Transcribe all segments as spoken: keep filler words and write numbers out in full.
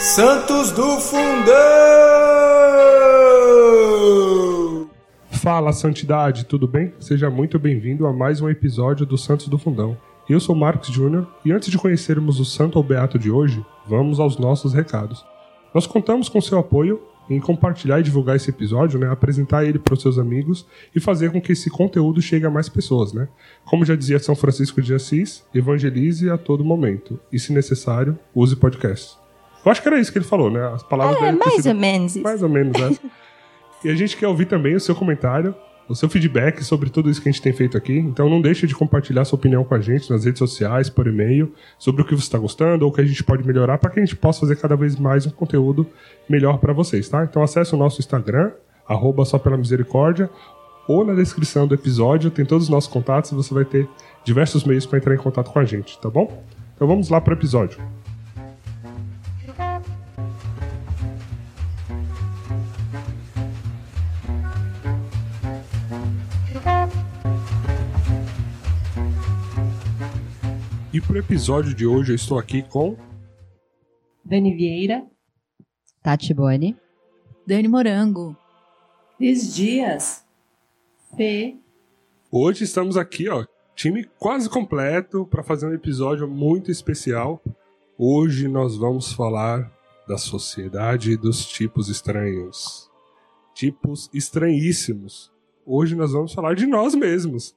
Santos do Fundão! Fala, Santidade, tudo bem? Seja muito bem-vindo a mais um episódio do Santos do Fundão. Eu sou Marcos Júnior e antes de conhecermos o Santo ou Beato de hoje, vamos aos nossos recados. Nós contamos com seu apoio em compartilhar e divulgar esse episódio, né, apresentar ele para os seus amigos e fazer com que esse conteúdo chegue a mais pessoas, né? Como já dizia São Francisco de Assis, evangelize a todo momento e, se necessário, use podcast. Eu acho que era isso que ele falou, né? As palavras é, dele mais sido... ou menos isso. Mais ou menos, né? E a gente quer ouvir também o seu comentário, o seu feedback sobre tudo isso que a gente tem feito aqui. Então não deixe de compartilhar sua opinião com a gente nas redes sociais, por e-mail, sobre o que você está gostando ou o que a gente pode melhorar para que a gente possa fazer cada vez mais um conteúdo melhor para vocês, tá? Então acesse o nosso Instagram, arroba só pela misericórdia, ou na descrição do episódio tem todos os nossos contatos e você vai ter diversos meios para entrar em contato com a gente, tá bom? Então vamos lá para o episódio. E pro episódio de hoje eu estou aqui com Dani Vieira, Tati Boni, Dani Morango, Cris Dias, Fê. Hoje estamos aqui, ó, time quase completo para fazer um episódio muito especial. Hoje nós vamos falar da sociedade dos tipos estranhos. Tipos estranhíssimos. Hoje nós vamos falar de nós mesmos.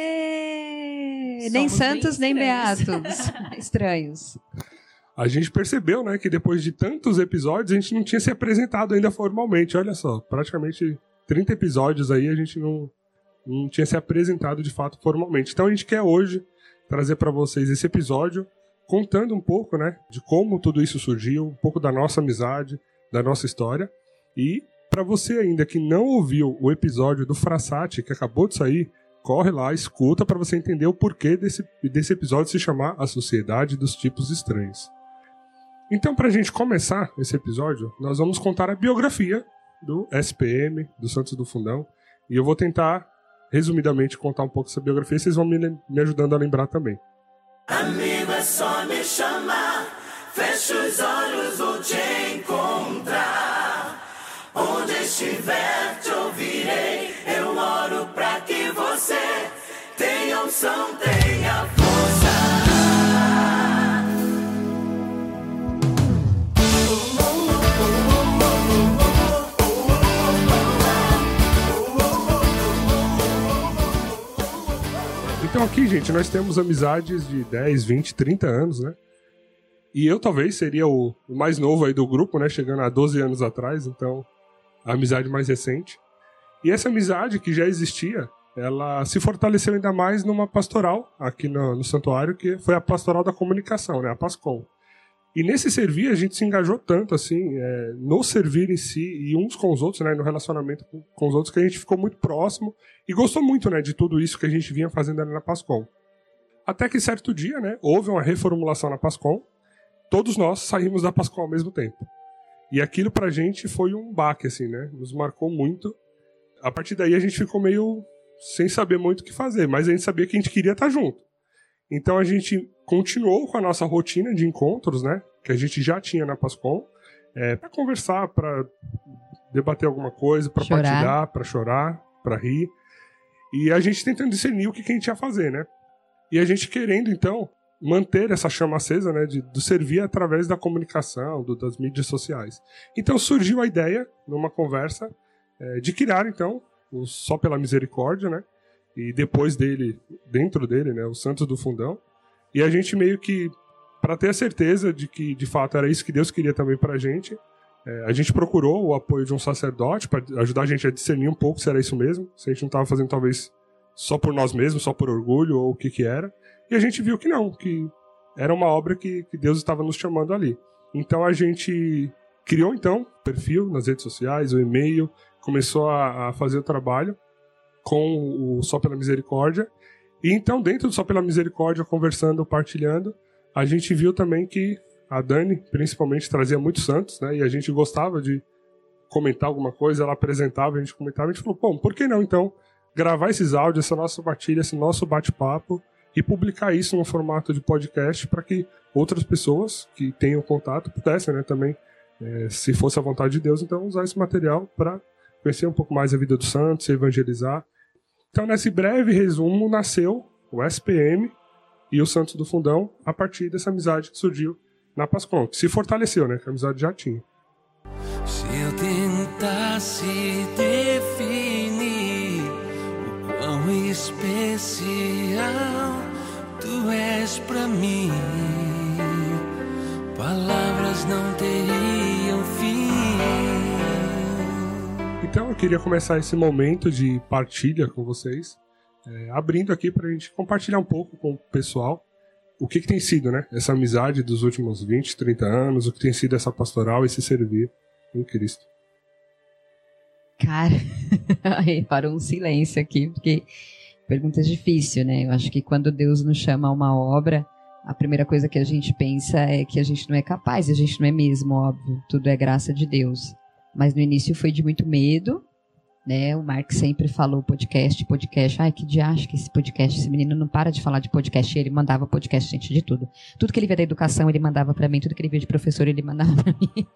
Nem Somos santos, nem estranhos. beatos. Estranhos. A gente percebeu, né, que depois de tantos episódios a gente não tinha se apresentado ainda formalmente. Olha só, praticamente trinta episódios aí a gente não, não tinha se apresentado de fato formalmente. Então a gente quer hoje trazer para vocês esse episódio contando um pouco, né, de como tudo isso surgiu, um pouco da nossa amizade, da nossa história. E para você ainda que não ouviu o episódio do Frassati, que acabou de sair, corre lá, escuta para você entender o porquê desse, desse episódio se chamar A Sociedade dos Tipos Estranhos. Então, para a gente começar esse episódio, nós vamos contar a biografia do S P M, do Santos do Fundão, e eu vou tentar, resumidamente, contar um pouco essa biografia, e vocês vão me, me ajudando a lembrar também. Amigo, é só me chamar, fecha os olhos, vou te encontrar. Onde estiver, te ouvirei, eu oro pra que você tenha unção, tenha força. Então aqui, gente, nós temos amizades de dez, vinte, trinta anos, né? E eu talvez seria o mais novo aí do grupo, né? Chegando a doze anos atrás, então a amizade mais recente. E essa amizade que já existia, ela se fortaleceu ainda mais numa pastoral aqui no, no santuário, que foi a pastoral da comunicação, né? A PASCOM. E nesse servir a gente se engajou tanto, assim, é, no servir em si e uns com os outros, né? No relacionamento com, com os outros, que a gente ficou muito próximo e gostou muito, né? De tudo isso que a gente vinha fazendo ali na PASCOM. Até que certo dia, né? Houve uma reformulação na PASCOM. Todos nós saímos da PASCOM ao mesmo tempo. E aquilo pra gente foi um baque, assim, né? Nos marcou muito. A partir daí a gente ficou meio sem saber muito o que fazer, mas a gente sabia que a gente queria estar junto. Então a gente continuou com a nossa rotina de encontros, né? Que a gente já tinha na PASCOM, é, pra conversar, pra debater alguma coisa, pra Chorar. partilhar, pra chorar, pra rir. E a gente tentando discernir o que, que a gente ia fazer, né? E a gente querendo, então, manter essa chama acesa, né, de, de servir através da comunicação, do, das mídias sociais. Então surgiu a ideia, numa conversa, é, de criar, então, o Só Pela Misericórdia, né, e depois dele, dentro dele, né, o Santos do Fundão. E a gente meio que, para ter a certeza de que, de fato, era isso que Deus queria também pra gente, é, a gente procurou o apoio de um sacerdote para ajudar a gente a discernir um pouco se era isso mesmo, se a gente não estava fazendo, talvez, só por nós mesmos, só por orgulho, ou o que que era. E a gente viu que não, que era uma obra que, que Deus estava nos chamando ali. Então a gente criou, então, o perfil nas redes sociais, o e-mail, começou a, a fazer o trabalho com o Só Pela Misericórdia. E então, dentro do Só Pela Misericórdia, conversando, partilhando, a gente viu também que a Dani, principalmente, trazia muitos santos, né? E a gente gostava de comentar alguma coisa, ela apresentava, a gente comentava, a gente falou, bom, por que não, então, gravar esses áudios, essa nossa partilha, esse nosso bate-papo, e publicar isso no formato de podcast para que outras pessoas que tenham contato pudessem, né, também é, se fosse a vontade de Deus, então usar esse material para conhecer um pouco mais a vida dos santos, evangelizar. Então, nesse breve resumo, nasceu o S P M e os Santos do Fundão a partir dessa amizade que surgiu na Pascom, que se fortaleceu, né? Que a amizade já tinha. Se eu tentasse definir o quão especial tu és pra mim, palavras não teriam fim. Então eu queria começar esse momento de partilha com vocês, é, abrindo aqui pra gente compartilhar um pouco com o pessoal o que, que tem sido, né? Essa amizade dos últimos vinte, trinta anos, o que tem sido essa pastoral, esse servir em Cristo. Cara, aí parou um silêncio aqui, porque pergunta difícil, né? Eu acho que quando Deus nos chama a uma obra, a primeira coisa que a gente pensa é que a gente não é capaz, a gente não é mesmo, óbvio, tudo é graça de Deus. Mas no início foi de muito medo, né? O Mark sempre falou podcast, podcast. Ai, que diacho que esse podcast, esse menino não para de falar de podcast. E ele mandava podcast, gente, de tudo. Tudo que ele via da educação, ele mandava pra mim. Tudo que ele via de professor, ele mandava pra mim.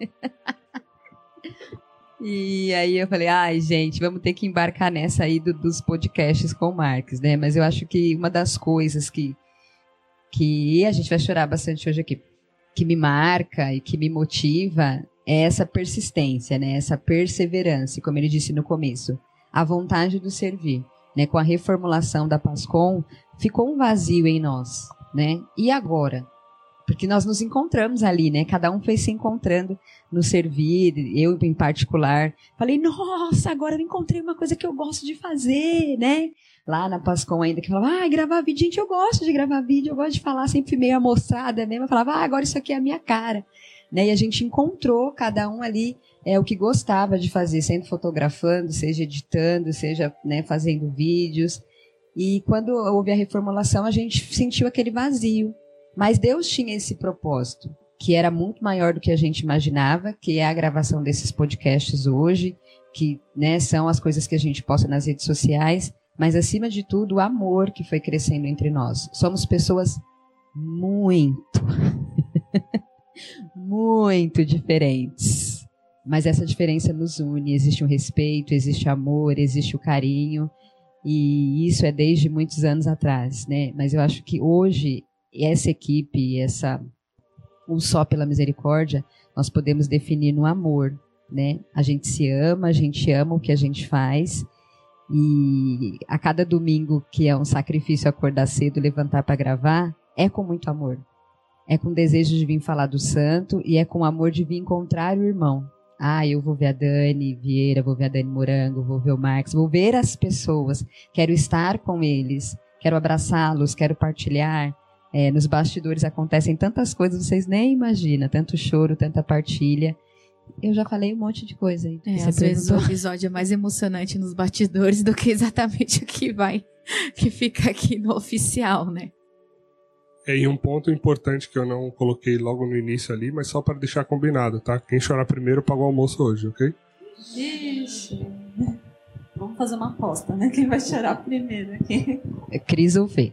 E aí eu falei, ai, gente, vamos ter que embarcar nessa aí do, dos podcasts com o Marcos, né? Mas eu acho que uma das coisas que, que a gente vai chorar bastante hoje aqui, que me marca e que me motiva é essa persistência, né? Essa perseverança, como ele disse no começo, a vontade do servir, né? Com a reformulação da Pascom, ficou um vazio em nós, né? E agora? Porque nós nos encontramos ali, né? Cada um foi se encontrando no servir, eu em particular. Falei, nossa, agora eu encontrei uma coisa que eu gosto de fazer, né? Lá na Pascom ainda, que falava, ah, gravar vídeo. Gente, eu gosto de gravar vídeo, eu gosto de falar sempre meio amostrada mesmo. Eu falava, ah, agora isso aqui é a minha cara. Né? E a gente encontrou cada um ali é, o que gostava de fazer, sendo fotografando, seja editando, seja, né, fazendo vídeos. E quando houve a reformulação, a gente sentiu aquele vazio. Mas Deus tinha esse propósito, que era muito maior do que a gente imaginava, que é a gravação desses podcasts hoje, que, né, são as coisas que a gente posta nas redes sociais, mas acima de tudo o amor que foi crescendo entre nós. Somos pessoas muito, muito diferentes, mas essa diferença nos une, existe um respeito, existe amor, existe o carinho, e isso é desde muitos anos atrás, né? Mas eu acho que hoje essa equipe, essa um só pela misericórdia, nós podemos definir no amor, né? A gente se ama, a gente ama o que a gente faz, e a cada domingo que é um sacrifício acordar cedo, levantar para gravar, é com muito amor. É com desejo de vir falar do santo e é com amor de vir encontrar o irmão. Ah, eu vou ver a Dani Vieira, vou ver a Dani Morango, vou ver o Marcos, vou ver as pessoas, quero estar com eles, quero abraçá-los, quero partilhar. É, nos bastidores acontecem tantas coisas, vocês nem imaginam, tanto choro, tanta partilha. Eu já falei um monte de coisa aí. É, às vezes o episódio é mais emocionante nos bastidores do que exatamente o que vai, que fica aqui no oficial, né? É, e um ponto importante que eu não coloquei logo no início ali, mas só para deixar combinado, tá? Quem chorar primeiro paga o almoço hoje, ok? Ixi. Vamos fazer uma aposta, né? Quem vai chorar primeiro aqui? É Cris ou Fê?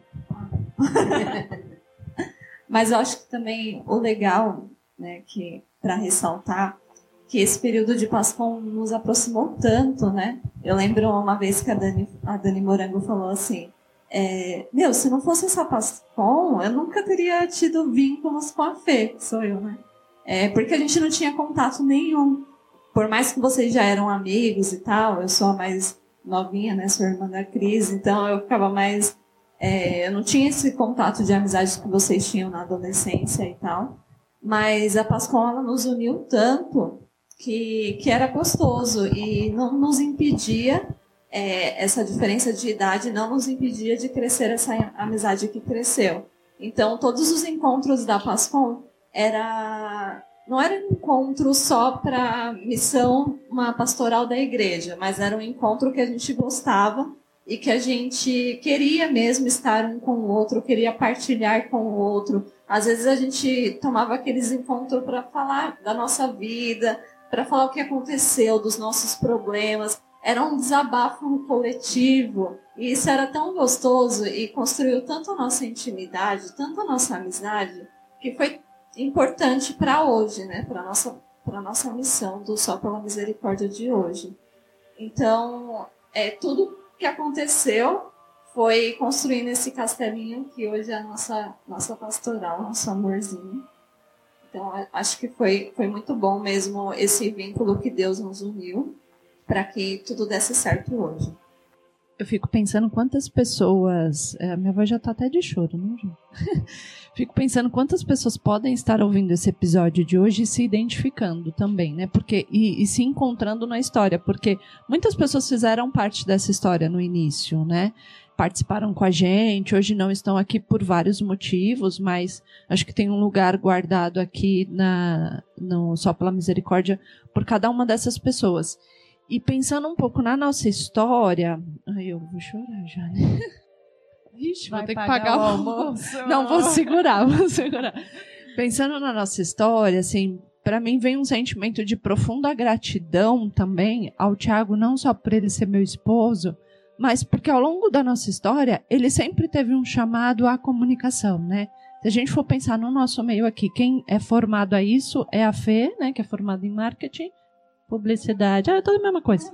Mas eu acho que também o legal, né, que para ressaltar, que esse período de Pascom nos aproximou tanto, né? Eu lembro uma vez que a Dani, a Dani Morango falou assim, é, meu, se não fosse essa Pascom, eu nunca teria tido vínculos com a Fê, que sou eu, né? É, porque a gente não tinha contato nenhum. Por mais que vocês já eram amigos e tal, eu sou a mais novinha, né? Sou irmã da Cris, então eu ficava mais... É, eu não tinha esse contato de amizade que vocês tinham na adolescência e tal, mas a Pascom, ela nos uniu tanto que, que era gostoso e não nos impedia, é, essa diferença de idade não nos impedia de crescer essa amizade que cresceu. Então, todos os encontros da Pascom era, não era um encontro só para missão, uma pastoral da igreja, mas era um encontro que a gente gostava e que a gente queria mesmo estar um com o outro, queria partilhar com o outro. Às vezes a gente tomava aqueles encontros para falar da nossa vida, para falar o que aconteceu, dos nossos problemas. Era um desabafo coletivo. E isso era tão gostoso e construiu tanto a nossa intimidade, tanto a nossa amizade, que foi importante para hoje, né? Para a nossa a nossa missão do Só pela Misericórdia de hoje. Então, é, tudo que aconteceu foi construindo esse castelinho que hoje é a nossa, nossa pastoral, nosso amorzinho. Então, acho que foi, foi muito bom mesmo esse vínculo que Deus nos uniu para que tudo desse certo hoje. Eu fico pensando quantas pessoas... É, minha voz já tá até de choro, não, gente? Fico pensando quantas pessoas podem estar ouvindo esse episódio de hoje e se identificando também, né? Porque, e, e se encontrando na história, porque muitas pessoas fizeram parte dessa história no início, né? Participaram com a gente, hoje não estão aqui por vários motivos, mas acho que tem um lugar guardado aqui na, no Só pela Misericórdia por cada uma dessas pessoas. E pensando um pouco na nossa história... Ai, eu vou chorar já, né? Ixi, vou vai ter que pagar, pagar o almoço. Não, vou segurar, vou segurar. Pensando na nossa história, assim, para mim vem um sentimento de profunda gratidão também ao Tiago, não só por ele ser meu esposo, mas porque ao longo da nossa história, ele sempre teve um chamado à comunicação, né? Se a gente for pensar no nosso meio aqui, quem é formado a isso é a Fê, né, que é formada em marketing, publicidade, ah, é tudo a mesma coisa.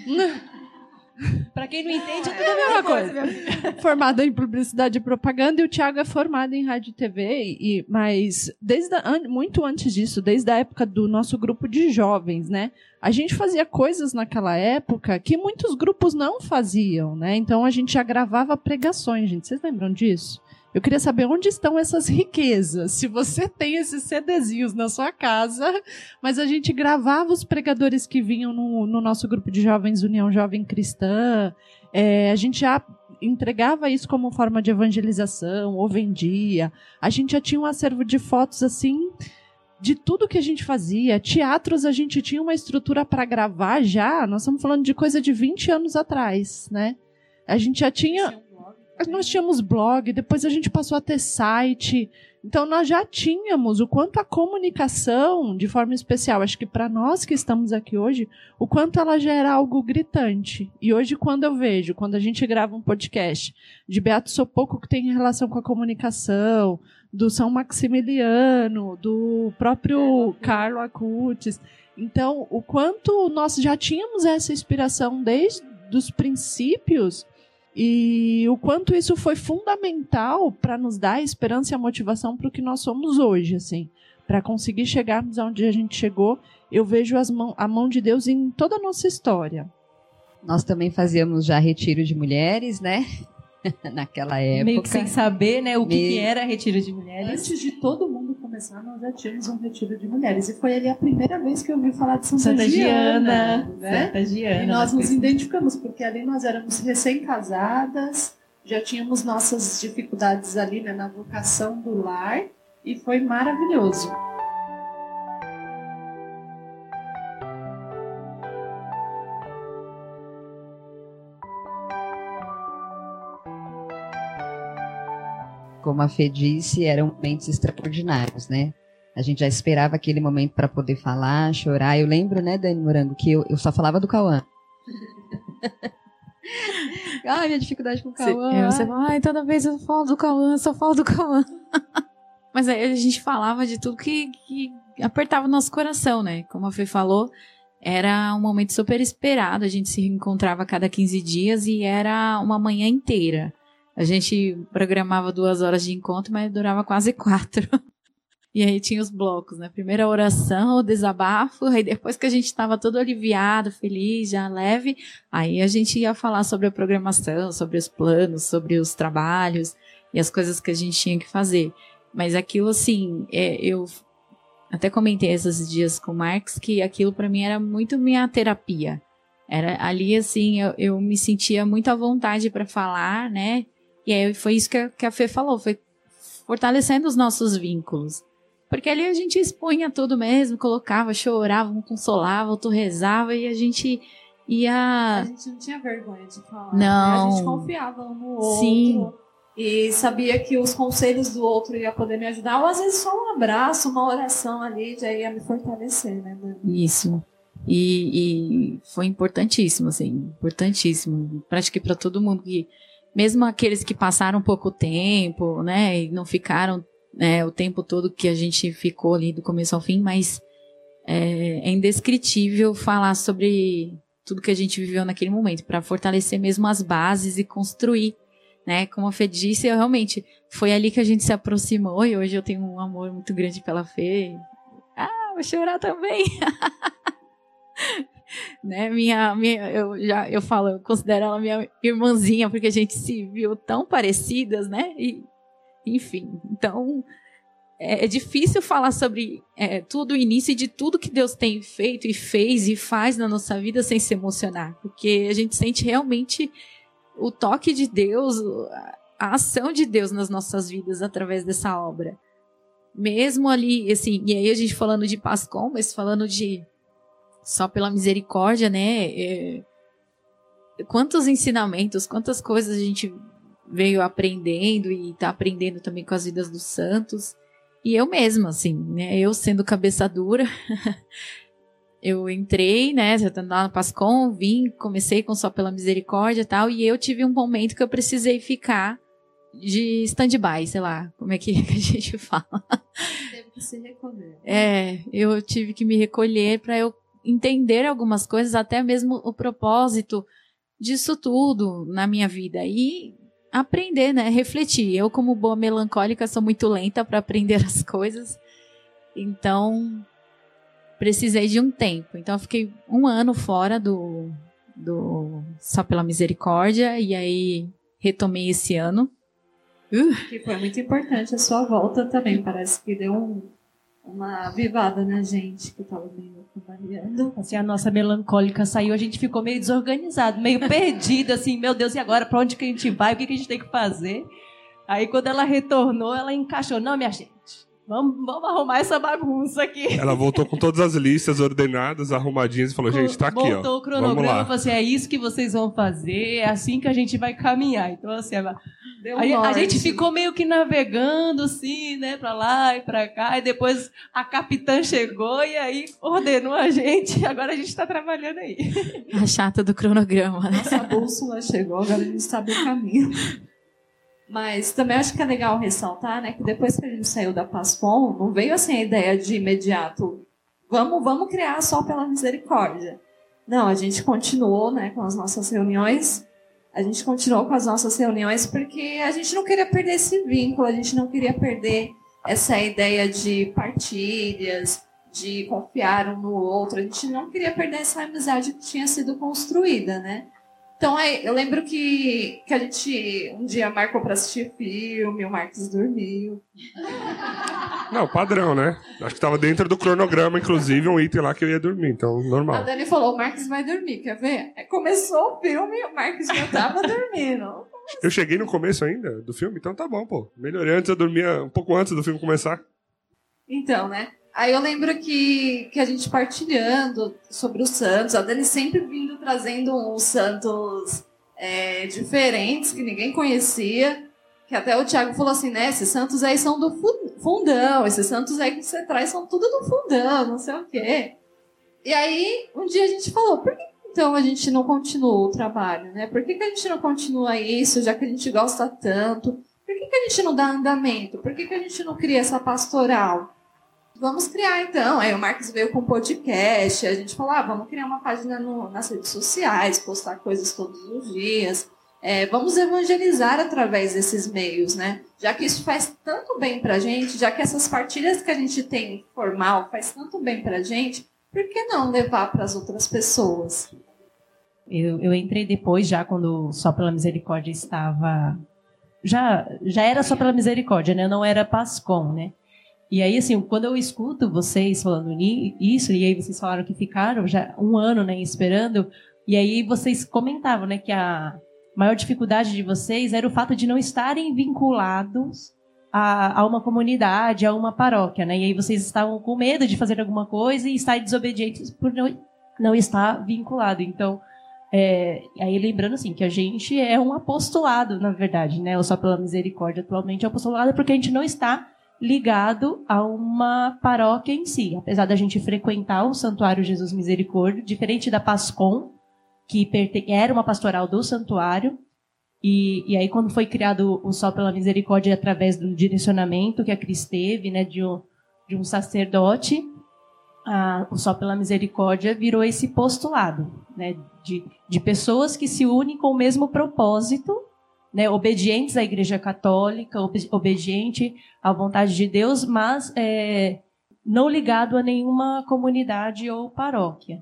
Para quem não entende, é tudo a mesma coisa. Formada em publicidade e propaganda, e o Tiago é formado em rádio e T V, e, mas desde a, muito antes disso, desde a época do nosso grupo de jovens, né? A gente fazia coisas naquela época que muitos grupos não faziam, né? Então a gente já gravava pregações, gente. Vocês lembram disso? Eu queria saber onde estão essas riquezas. Se você tem esses CDzinhos na sua casa, mas a gente gravava os pregadores que vinham no, no nosso grupo de jovens União Jovem Cristã, é, a gente já entregava isso como forma de evangelização, ou vendia. A gente já tinha um acervo de fotos assim, de tudo que a gente fazia. Teatros, a gente tinha uma estrutura para gravar já, nós estamos falando de coisa de vinte anos atrás, né? A gente já tinha... Nós tínhamos blog, depois a gente passou a ter site. Então, nós já tínhamos o quanto a comunicação, de forma especial, acho que para nós que estamos aqui hoje, o quanto ela já era algo gritante. E hoje, quando eu vejo, quando a gente grava um podcast de Beato Sopoco, que tem relação com a comunicação, do São Maximiliano, do próprio Carlo Acutis. Então, o quanto nós já tínhamos essa inspiração desde os princípios. E o quanto isso foi fundamental para nos dar a esperança e a motivação para o que nós somos hoje, assim, para conseguir chegarmos aonde a gente chegou. Eu vejo as mão, a mão de Deus em toda a nossa história. Nós também fazíamos já retiro de mulheres, né? Naquela época. Meio que sem saber, né, o que, Meio... que era retiro de mulheres. Antes de todo mundo começar, nós já tínhamos um retiro de mulheres. E foi ali a primeira vez que eu ouvi falar de Santa, Santa Giana. Giana, Né? Santa Giana. E nós nos identificamos, porque ali nós éramos recém-casadas, já tínhamos nossas dificuldades ali, né, na vocação do lar, e foi maravilhoso. Como a Fê disse, eram momentos extraordinários, né? A gente já esperava aquele momento para poder falar, chorar. Eu lembro, né, Dani Morango, que eu, eu só falava do Cauã. Ai, minha dificuldade com o Cauã. É, você fala, ai, toda vez eu falo do Cauã, só falo do Cauã. Mas aí a gente falava de tudo que, que apertava o nosso coração, né? Como a Fê falou, era um momento super esperado. A gente se encontrava a cada quinze dias e era uma manhã inteira. A gente programava duas horas de encontro, mas durava quase quatro. E aí tinha os blocos, né? Primeira oração, o desabafo, aí depois que a gente estava todo aliviado, feliz, já leve, aí a gente ia falar sobre a programação, sobre os planos, sobre os trabalhos e as coisas que a gente tinha que fazer. Mas aquilo, assim, é, eu até comentei esses dias com o Marcos que aquilo para mim era muito minha terapia. Era ali, assim, eu, eu me sentia muito à vontade para falar, né? E aí foi isso que a, que a Fê falou, foi fortalecendo os nossos vínculos. Porque ali a gente expunha tudo mesmo, colocava, chorava, um consolava, outro rezava e a gente ia... A gente não tinha vergonha de falar. Não. Né? A gente confiava um no outro. Sim. E sabia que os conselhos do outro ia poder me ajudar. Ou às vezes só um abraço, uma oração ali já ia me fortalecer, né, Dani? Isso. E, e foi importantíssimo, assim, importantíssimo. Acho que para todo mundo que... Mesmo aqueles que passaram pouco tempo, né, e não ficaram, né, o tempo todo que a gente ficou ali do começo ao fim, mas é, é indescritível falar sobre tudo que a gente viveu naquele momento, para fortalecer mesmo as bases e construir, né? Como a Fê disse, eu, realmente, foi ali que a gente se aproximou e hoje eu tenho um amor muito grande pela Fê. Ah, vou chorar também. Né, minha, minha, eu já eu falo, eu considero ela minha irmãzinha, porque a gente se viu tão parecidas, né? E, enfim, então é, é difícil falar sobre é, tudo o início de tudo que Deus tem feito e fez e faz na nossa vida sem se emocionar, porque a gente sente realmente o toque de Deus, a ação de Deus nas nossas vidas através dessa obra. Mesmo ali, assim, e aí a gente falando de Pascom, mas falando de Só Pela Misericórdia, né? É, quantos ensinamentos, quantas coisas a gente veio aprendendo e está aprendendo também com as vidas dos santos. E eu mesma, assim, né? Eu sendo cabeça dura, eu entrei, né? Já estando lá no Pascom, vim, comecei com Só Pela Misericórdia e tal, e eu tive um momento que eu precisei ficar de stand-by, sei lá, como é que a gente fala. Teve que se recolher. É, eu tive que me recolher para eu entender algumas coisas, até mesmo o propósito disso tudo na minha vida e aprender, né, refletir. Eu, como boa melancólica, sou muito lenta para aprender as coisas, então precisei de um tempo. Então eu fiquei um ano fora do, do Só Pela Misericórdia e aí retomei esse ano. Uh. Que foi muito importante a sua volta também, parece que deu um, uma avivada na gente, que eu tava meio variando. Assim, a nossa melancólica saiu, a gente ficou meio desorganizado, meio perdida, assim, meu Deus, e agora? Pra onde que a gente vai? O que, que a gente tem que fazer? Aí, quando ela retornou, ela encaixou. Não, minha gente, vamos, vamos arrumar essa bagunça aqui. Ela voltou com todas as listas ordenadas, arrumadinhas, e falou, gente, tá aqui, ó. Voltou o cronograma, falou assim, é isso que vocês vão fazer, é assim que a gente vai caminhar. Então, assim, ela... A, a gente ficou meio que navegando, assim, né, pra lá e pra cá, e depois a capitã chegou e aí ordenou a gente, agora a gente tá trabalhando aí. A chata do cronograma, né? Nossa bússola chegou, agora a gente sabe o caminho. Mas também acho que é legal ressaltar, né, que depois que a gente saiu da Pascom, não veio assim a ideia de imediato, vamos, vamos criar Só Pela Misericórdia. Não, a gente continuou, né, com as nossas reuniões. A gente continuou com as nossas reuniões porque a gente não queria perder esse vínculo, a gente não queria perder essa ideia de partilhas, de confiar um no outro, a gente não queria perder essa amizade que tinha sido construída, né? Então, aí, eu lembro que, que a gente um dia marcou para assistir filme, o Marcos dormiu. Não, padrão, né? Acho que tava dentro do cronograma, inclusive, um item lá que eu ia dormir, então, normal. A Dani falou, o Marcos vai dormir, quer ver? Aí começou o filme e o Marcos já tava dormindo. Eu cheguei no começo ainda do filme, então tá bom, pô. Melhorei antes, eu dormia um pouco antes do filme começar. Então, né? Aí eu lembro que, que a gente partilhando sobre os santos, a Dani sempre vindo trazendo uns santos é, diferentes, que ninguém conhecia, que até o Thiago falou assim, né, esses santos aí são do fundão, esses santos aí que você traz são tudo do fundão, não sei o quê. E aí, um dia a gente falou, por que então a gente não continua o trabalho, né? Por que, que a gente não continua isso, já que a gente gosta tanto? Por que, que a gente não dá andamento? Por que, que a gente não cria essa pastoral? Vamos criar, então. Aí o Marcos veio com um podcast, a gente falou, ah, vamos criar uma página no, nas redes sociais, postar coisas todos os dias. É, vamos evangelizar através desses meios, né? Já que isso faz tanto bem pra gente, já que essas partilhas que a gente tem formal faz tanto bem pra gente, por que não levar para as outras pessoas? Eu, eu entrei depois, já quando Só Pela Misericórdia estava... Já, já era Só Pela Misericórdia, né? Não era Pascom, né? E aí, assim, quando eu escuto vocês falando isso, e aí vocês falaram que ficaram já um ano, né, esperando, e aí vocês comentavam, né, que a maior dificuldade de vocês era o fato de não estarem vinculados a, a uma comunidade, a uma paróquia, né? E aí vocês estavam com medo de fazer alguma coisa e estar desobedientes por não, não estar vinculado. Então, é, aí lembrando, assim, que a gente é um apostolado, na verdade, né? O Só Pela Misericórdia atualmente é um apostolado porque a gente não está ligado a uma paróquia em si. Apesar da gente frequentar o Santuário Jesus Misericórdia, diferente da Pascom, que perte... era uma pastoral do santuário, e, e aí quando foi criado o Só Pela Misericórdia através do direcionamento que a Cris teve, né, de um, de um sacerdote, a, o Só pela Misericórdia virou esse postulado, né, de, de pessoas que se unem com o mesmo propósito, né, obedientes à Igreja Católica, ob, obediente à vontade de Deus, mas é, não ligado a nenhuma comunidade ou paróquia.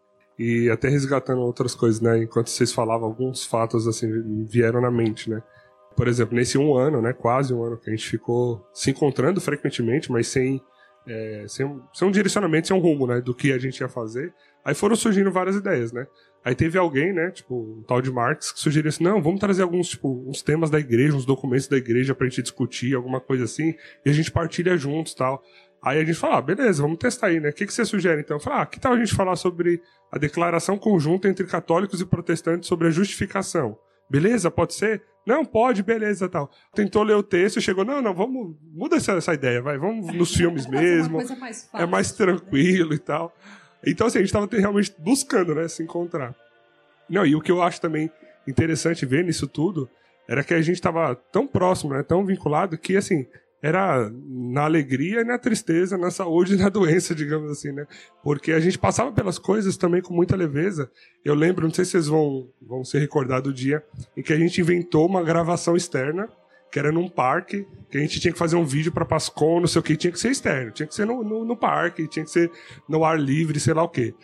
E até resgatando outras coisas, né? Enquanto vocês falavam, alguns fatos assim vieram na mente, né? Por exemplo, nesse um ano, né? Quase um ano que a gente ficou se encontrando frequentemente, mas sem, é, sem, um, sem um direcionamento, sem um rumo, né? Do que a gente ia fazer. Aí foram surgindo várias ideias, né? Aí teve alguém, né? Tipo, um tal de Marx, que sugeriu assim, não, vamos trazer alguns, tipo, uns temas da igreja, uns documentos da igreja pra gente discutir, alguma coisa assim, e a gente partilha juntos e tal. Aí a gente fala, ah, beleza, vamos testar aí, né? O que, que você sugere, então? Eu falo, ah, que tal a gente falar sobre a declaração conjunta entre católicos e protestantes sobre a justificação? Beleza, pode ser? Não, pode, beleza, tal. Tentou ler o texto e chegou, não, não, vamos, muda essa, essa ideia, vai, vamos nos filmes mesmo, Uma coisa mais fácil, é mais tranquilo, né? E tal. Então, assim, a gente estava realmente buscando, né, se encontrar. Não, e o que eu acho também interessante ver nisso tudo era que a gente estava tão próximo, né, tão vinculado, que, assim, era na alegria e na tristeza, na saúde e na doença, digamos assim, né? Porque a gente passava pelas coisas também com muita leveza. Eu lembro, não sei se vocês vão, vão se recordar do dia em que a gente inventou uma gravação externa, que era num parque, que a gente tinha que fazer um vídeo para Pascom, não sei o que, tinha que ser externo, tinha que ser no, no, no parque, tinha que ser no ar livre, sei lá o quê.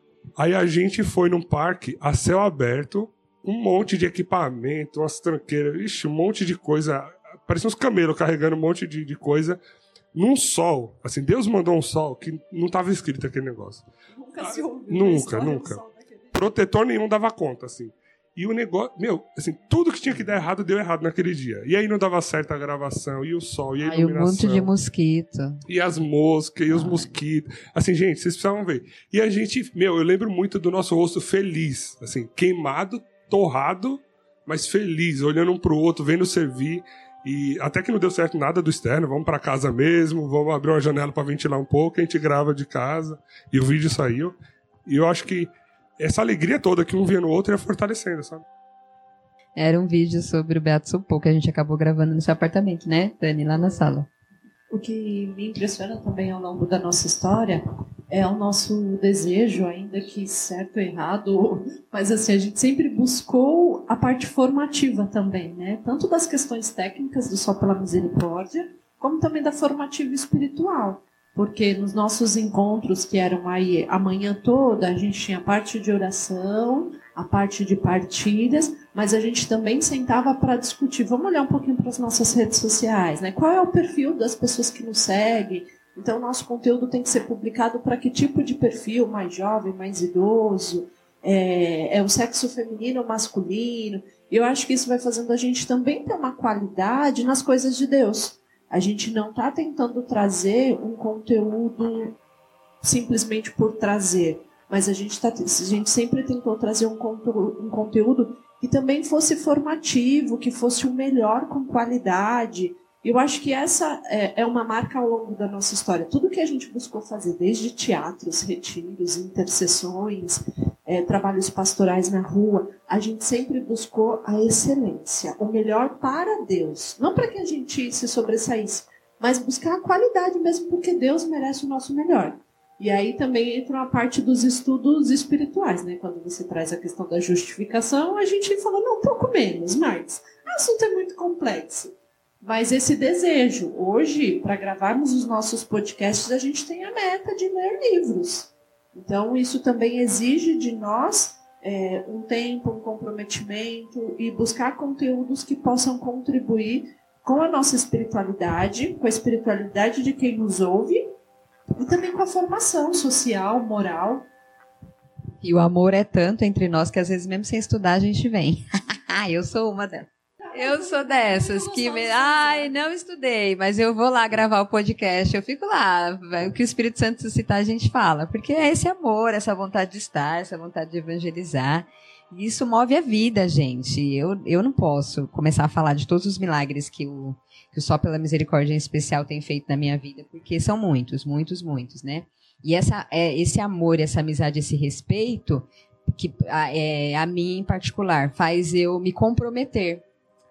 Aí a gente foi num parque a céu aberto, um monte de equipamento, umas tranqueiras, ixi, um monte de coisa. Parecia uns camelos carregando um monte de, de coisa num sol. Assim, Deus mandou um sol que não estava escrito aquele negócio. Nunca se ouviu. Nunca, nunca. Protetor nenhum dava conta, assim. E o negócio, meu, assim, tudo que tinha que dar errado deu errado naquele dia. E aí não dava certo a gravação, e o sol, e a Ai, iluminação. um monte de mosquito. E as moscas, e os Ai. mosquitos. Assim, gente, vocês precisavam ver. E a gente, meu, eu lembro muito do nosso rosto feliz, assim, queimado, torrado, mas feliz, olhando um pro outro, vendo servir. E até que não deu certo nada do externo, vamos para casa mesmo, vamos abrir uma janela para ventilar um pouco, a gente grava de casa, e o vídeo saiu. E eu acho que essa alegria toda que um via no outro ia fortalecendo, sabe? Era um vídeo sobre o Beato Supô que a gente acabou gravando no seu apartamento, né, Dani, lá na sala. O que me impressiona também ao longo da nossa história é o nosso desejo, ainda que certo ou errado, mas assim, a gente sempre buscou a parte formativa também, né? Tanto das questões técnicas do Só pela Misericórdia, como também da formativa espiritual. Porque nos nossos encontros, que eram aí a manhã toda, a gente tinha a parte de oração, a parte de partilhas, mas a gente também sentava para discutir. Vamos olhar um pouquinho para as nossas redes sociais, né? Qual é o perfil das pessoas que nos seguem? Então, o nosso conteúdo tem que ser publicado para que tipo de perfil? Mais jovem, mais idoso? É, é o sexo feminino ou masculino? E eu acho que isso vai fazendo a gente também ter uma qualidade nas coisas de Deus. A gente não está tentando trazer um conteúdo simplesmente por trazer, mas a gente, tá, a gente sempre tentou trazer um, um conteúdo que também fosse formativo, que fosse o melhor com qualidade. Eu acho que essa é, é uma marca ao longo da nossa história. Tudo que a gente buscou fazer, desde teatros, retiros, intercessões, é, trabalhos pastorais na rua, a gente sempre buscou a excelência, o melhor para Deus. Não para que a gente se sobressaísse, mas buscar a qualidade mesmo, porque Deus merece o nosso melhor. E aí também entra a parte dos estudos espirituais, né? Quando você traz a questão da justificação, a gente fala, não, um pouco menos, Marx. O assunto é muito complexo. Mas esse desejo, hoje, para gravarmos os nossos podcasts, a gente tem a meta de ler livros. Então, isso também exige de nós é, um tempo, um comprometimento e buscar conteúdos que possam contribuir com a nossa espiritualidade, com a espiritualidade de quem nos ouve e também com a formação social, moral. E o amor é tanto entre nós que às vezes mesmo sem estudar a gente vem. Eu sou uma delas. Eu sou dessas que... Me... Ai, não estudei, mas eu vou lá gravar o podcast, eu fico lá, o que o Espírito Santo suscitar a gente fala, porque é esse amor, essa vontade de estar, essa vontade de evangelizar, e isso move a vida, gente. Eu, eu não posso começar a falar de todos os milagres que o, que o Só pela Misericórdia em especial tem feito na minha vida, porque são muitos, muitos, muitos, né? E essa, é, esse amor, essa amizade, esse respeito, que é, a mim em particular, faz eu me comprometer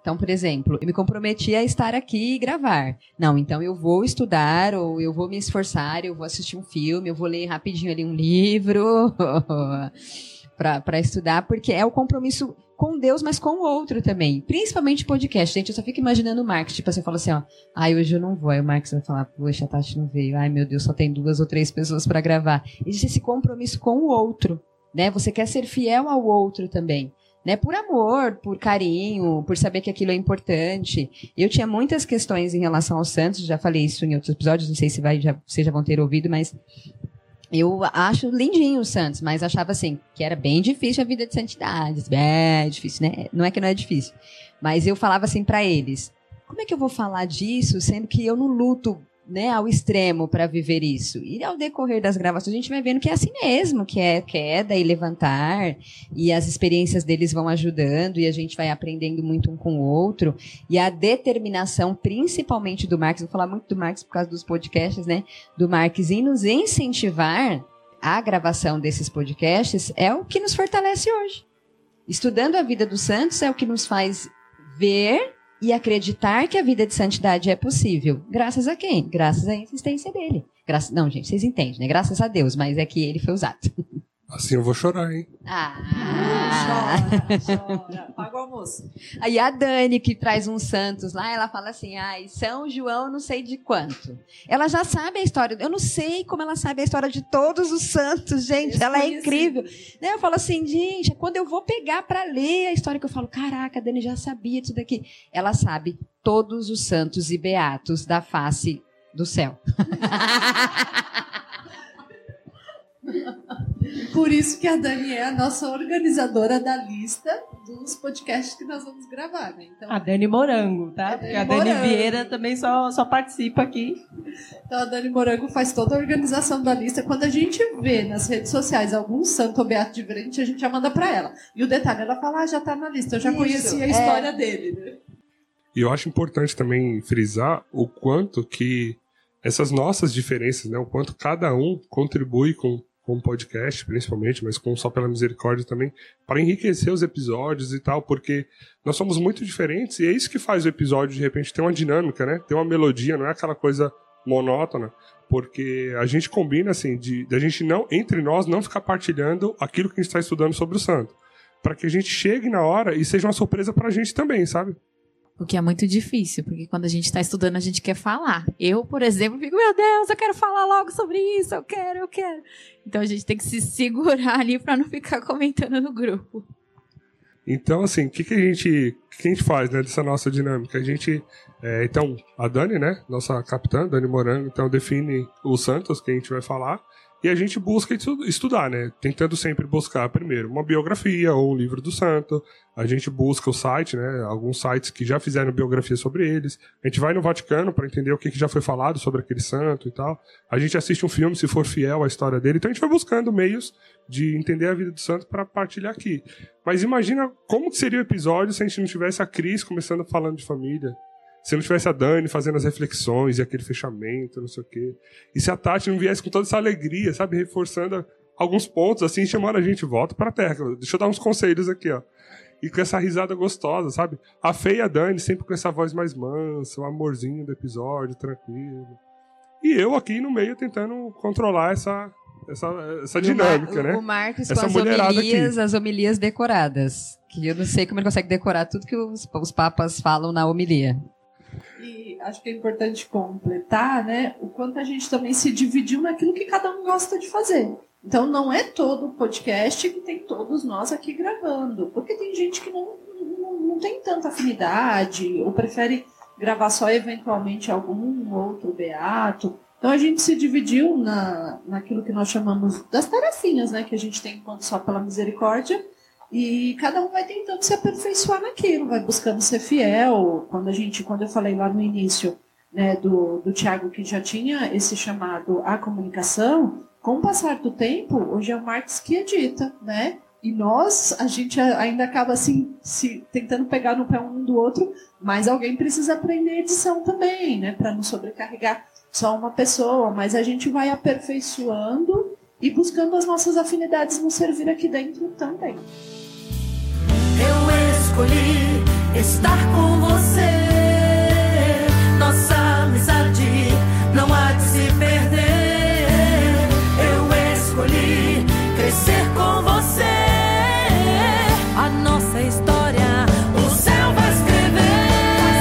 Então, por exemplo, eu me comprometi a estar aqui e gravar. Não, então eu vou estudar, ou eu vou me esforçar, eu vou assistir um filme, eu vou ler rapidinho ali um livro para estudar, porque é o compromisso com Deus, mas com o outro também. Principalmente podcast. Gente, eu só fico imaginando o Marcos. Tipo assim, eu falo assim, ó. Ai, hoje eu não vou. Aí o Marcos vai falar, poxa, a Tati não veio. Ai, meu Deus, só tem duas ou três pessoas para gravar. Existe esse compromisso com o outro, né? Você quer ser fiel ao outro também, né? Por amor, por carinho, por saber que aquilo é importante. Eu tinha muitas questões em relação ao Santos. Já falei isso em outros episódios. Não sei se vai, já, vocês já vão ter ouvido, mas... Eu acho lindinho o Santos, mas achava assim, que era bem difícil a vida de santidade. Bem difícil, né? Não é que não é difícil. Mas eu falava assim pra eles, como é que eu vou falar disso, sendo que eu não luto, né, ao extremo para viver isso? E ao decorrer das gravações, a gente vai vendo que é assim mesmo, que é queda e levantar, e as experiências deles vão ajudando, e a gente vai aprendendo muito um com o outro, e a determinação, principalmente do Marcos, vou falar muito do Marcos por causa dos podcasts, né, do Marcos em nos incentivar a gravação desses podcasts, é o que nos fortalece hoje. Estudando a vida do Santos é o que nos faz ver e acreditar que a vida de santidade é possível. Graças a quem? Graças à insistência dele. Graças... Não, gente, vocês entendem, né? Graças a Deus, mas é que ele foi usado. Assim eu vou chorar, hein? Ah! Chora, chora. Paga o almoço. Aí a Dani, que traz uns santos lá, ela fala assim, ai, São João não sei de quanto. Ela já sabe a história, eu não sei como ela sabe a história de todos os santos, gente, ela é incrível. Né? Eu falo assim, gente, quando eu vou pegar para ler a história, que eu falo, caraca, a Dani já sabia disso daqui. Ela sabe todos os santos e beatos da face do céu. Por isso que a Dani é a nossa organizadora da lista dos podcasts que nós vamos gravar, né? Então, a Dani Morango, tá? A Dani Porque a Dani Morango. Vieira também só, só participa aqui. Então a Dani Morango faz toda a organização da lista. Quando a gente vê nas redes sociais algum santo ou beato diferente, a gente já manda pra ela. E o detalhe, ela fala, ah, já tá na lista, eu já Isso, conheci a é. história dele, né? E eu acho importante também frisar o quanto que essas nossas diferenças, né, o quanto cada um contribui com com o podcast, principalmente, mas com Só Pela Misericórdia também, para enriquecer os episódios e tal, porque nós somos muito diferentes, e é isso que faz o episódio, de repente, ter uma dinâmica, né? Ter uma melodia, não é aquela coisa monótona, porque a gente combina, assim, de, de a gente não, entre nós, não ficar partilhando aquilo que a gente está estudando sobre o santo, para que a gente chegue na hora e seja uma surpresa pra gente também, sabe? O que é muito difícil, porque quando a gente está estudando, a gente quer falar. Eu, por exemplo, fico, meu Deus, eu quero falar logo sobre isso, eu quero, eu quero. Então a gente tem que se segurar ali para não ficar comentando no grupo. Então, assim, o que, que, a gente, que a gente faz, né, dessa nossa dinâmica? A gente, é, então, a Dani, né, nossa capitã, Dani Morango, então define os santos que a gente vai falar, e a gente busca estudar, né, tentando sempre buscar, primeiro, uma biografia ou um livro do santo. A gente busca o site, né, alguns sites que já fizeram biografia sobre eles. A gente vai no Vaticano para entender o que, que já foi falado sobre aquele santo e tal. A gente assiste um filme, se for fiel à história dele. Então a gente vai buscando meios de entender a vida do santo para partilhar aqui. Mas imagina como que seria o episódio se a gente não tivesse a Cris começando falando de família. Se não tivesse a Dani fazendo as reflexões e aquele fechamento, não sei o quê. E se a Tati não viesse com toda essa alegria, sabe, reforçando alguns pontos, assim, chamando a gente, volta pra terra. Deixa eu dar uns conselhos aqui, ó. E com essa risada gostosa, sabe? A Fê e a Dani sempre com essa voz mais mansa, o amorzinho do episódio, tranquilo. E eu aqui no meio tentando controlar essa, essa, essa dinâmica, o Mar- né? O Marcos essa com as homilias, aqui. as homilias decoradas. Que eu não sei como ele consegue decorar tudo que os, os papas falam na homilia. E acho que é importante completar, né, o quanto a gente também se dividiu naquilo que cada um gosta de fazer. Então não é todo podcast que tem todos nós aqui gravando, porque tem gente que não, não, não tem tanta afinidade, ou prefere gravar só eventualmente algum outro beato. Então a gente se dividiu na, naquilo que nós chamamos das tarefinhas, né, que a gente tem enquanto Só Pela Misericórdia, e cada um vai tentando se aperfeiçoar naquilo, vai buscando ser fiel. Quando a gente, quando eu falei lá no início, né, do, do Tiago, que já tinha esse chamado à comunicação, com o passar do tempo, hoje é o Marcos que edita, né? E nós, a gente ainda acaba assim, se, tentando pegar no pé um do outro, mas alguém precisa aprender edição também, né? Para não sobrecarregar só uma pessoa, mas a gente vai aperfeiçoando e buscando as nossas afinidades no servir aqui dentro também. Eu escolhi estar com você. Nossa amizade não há de se perder. Eu escolhi crescer com você. A nossa história o céu vai escrever.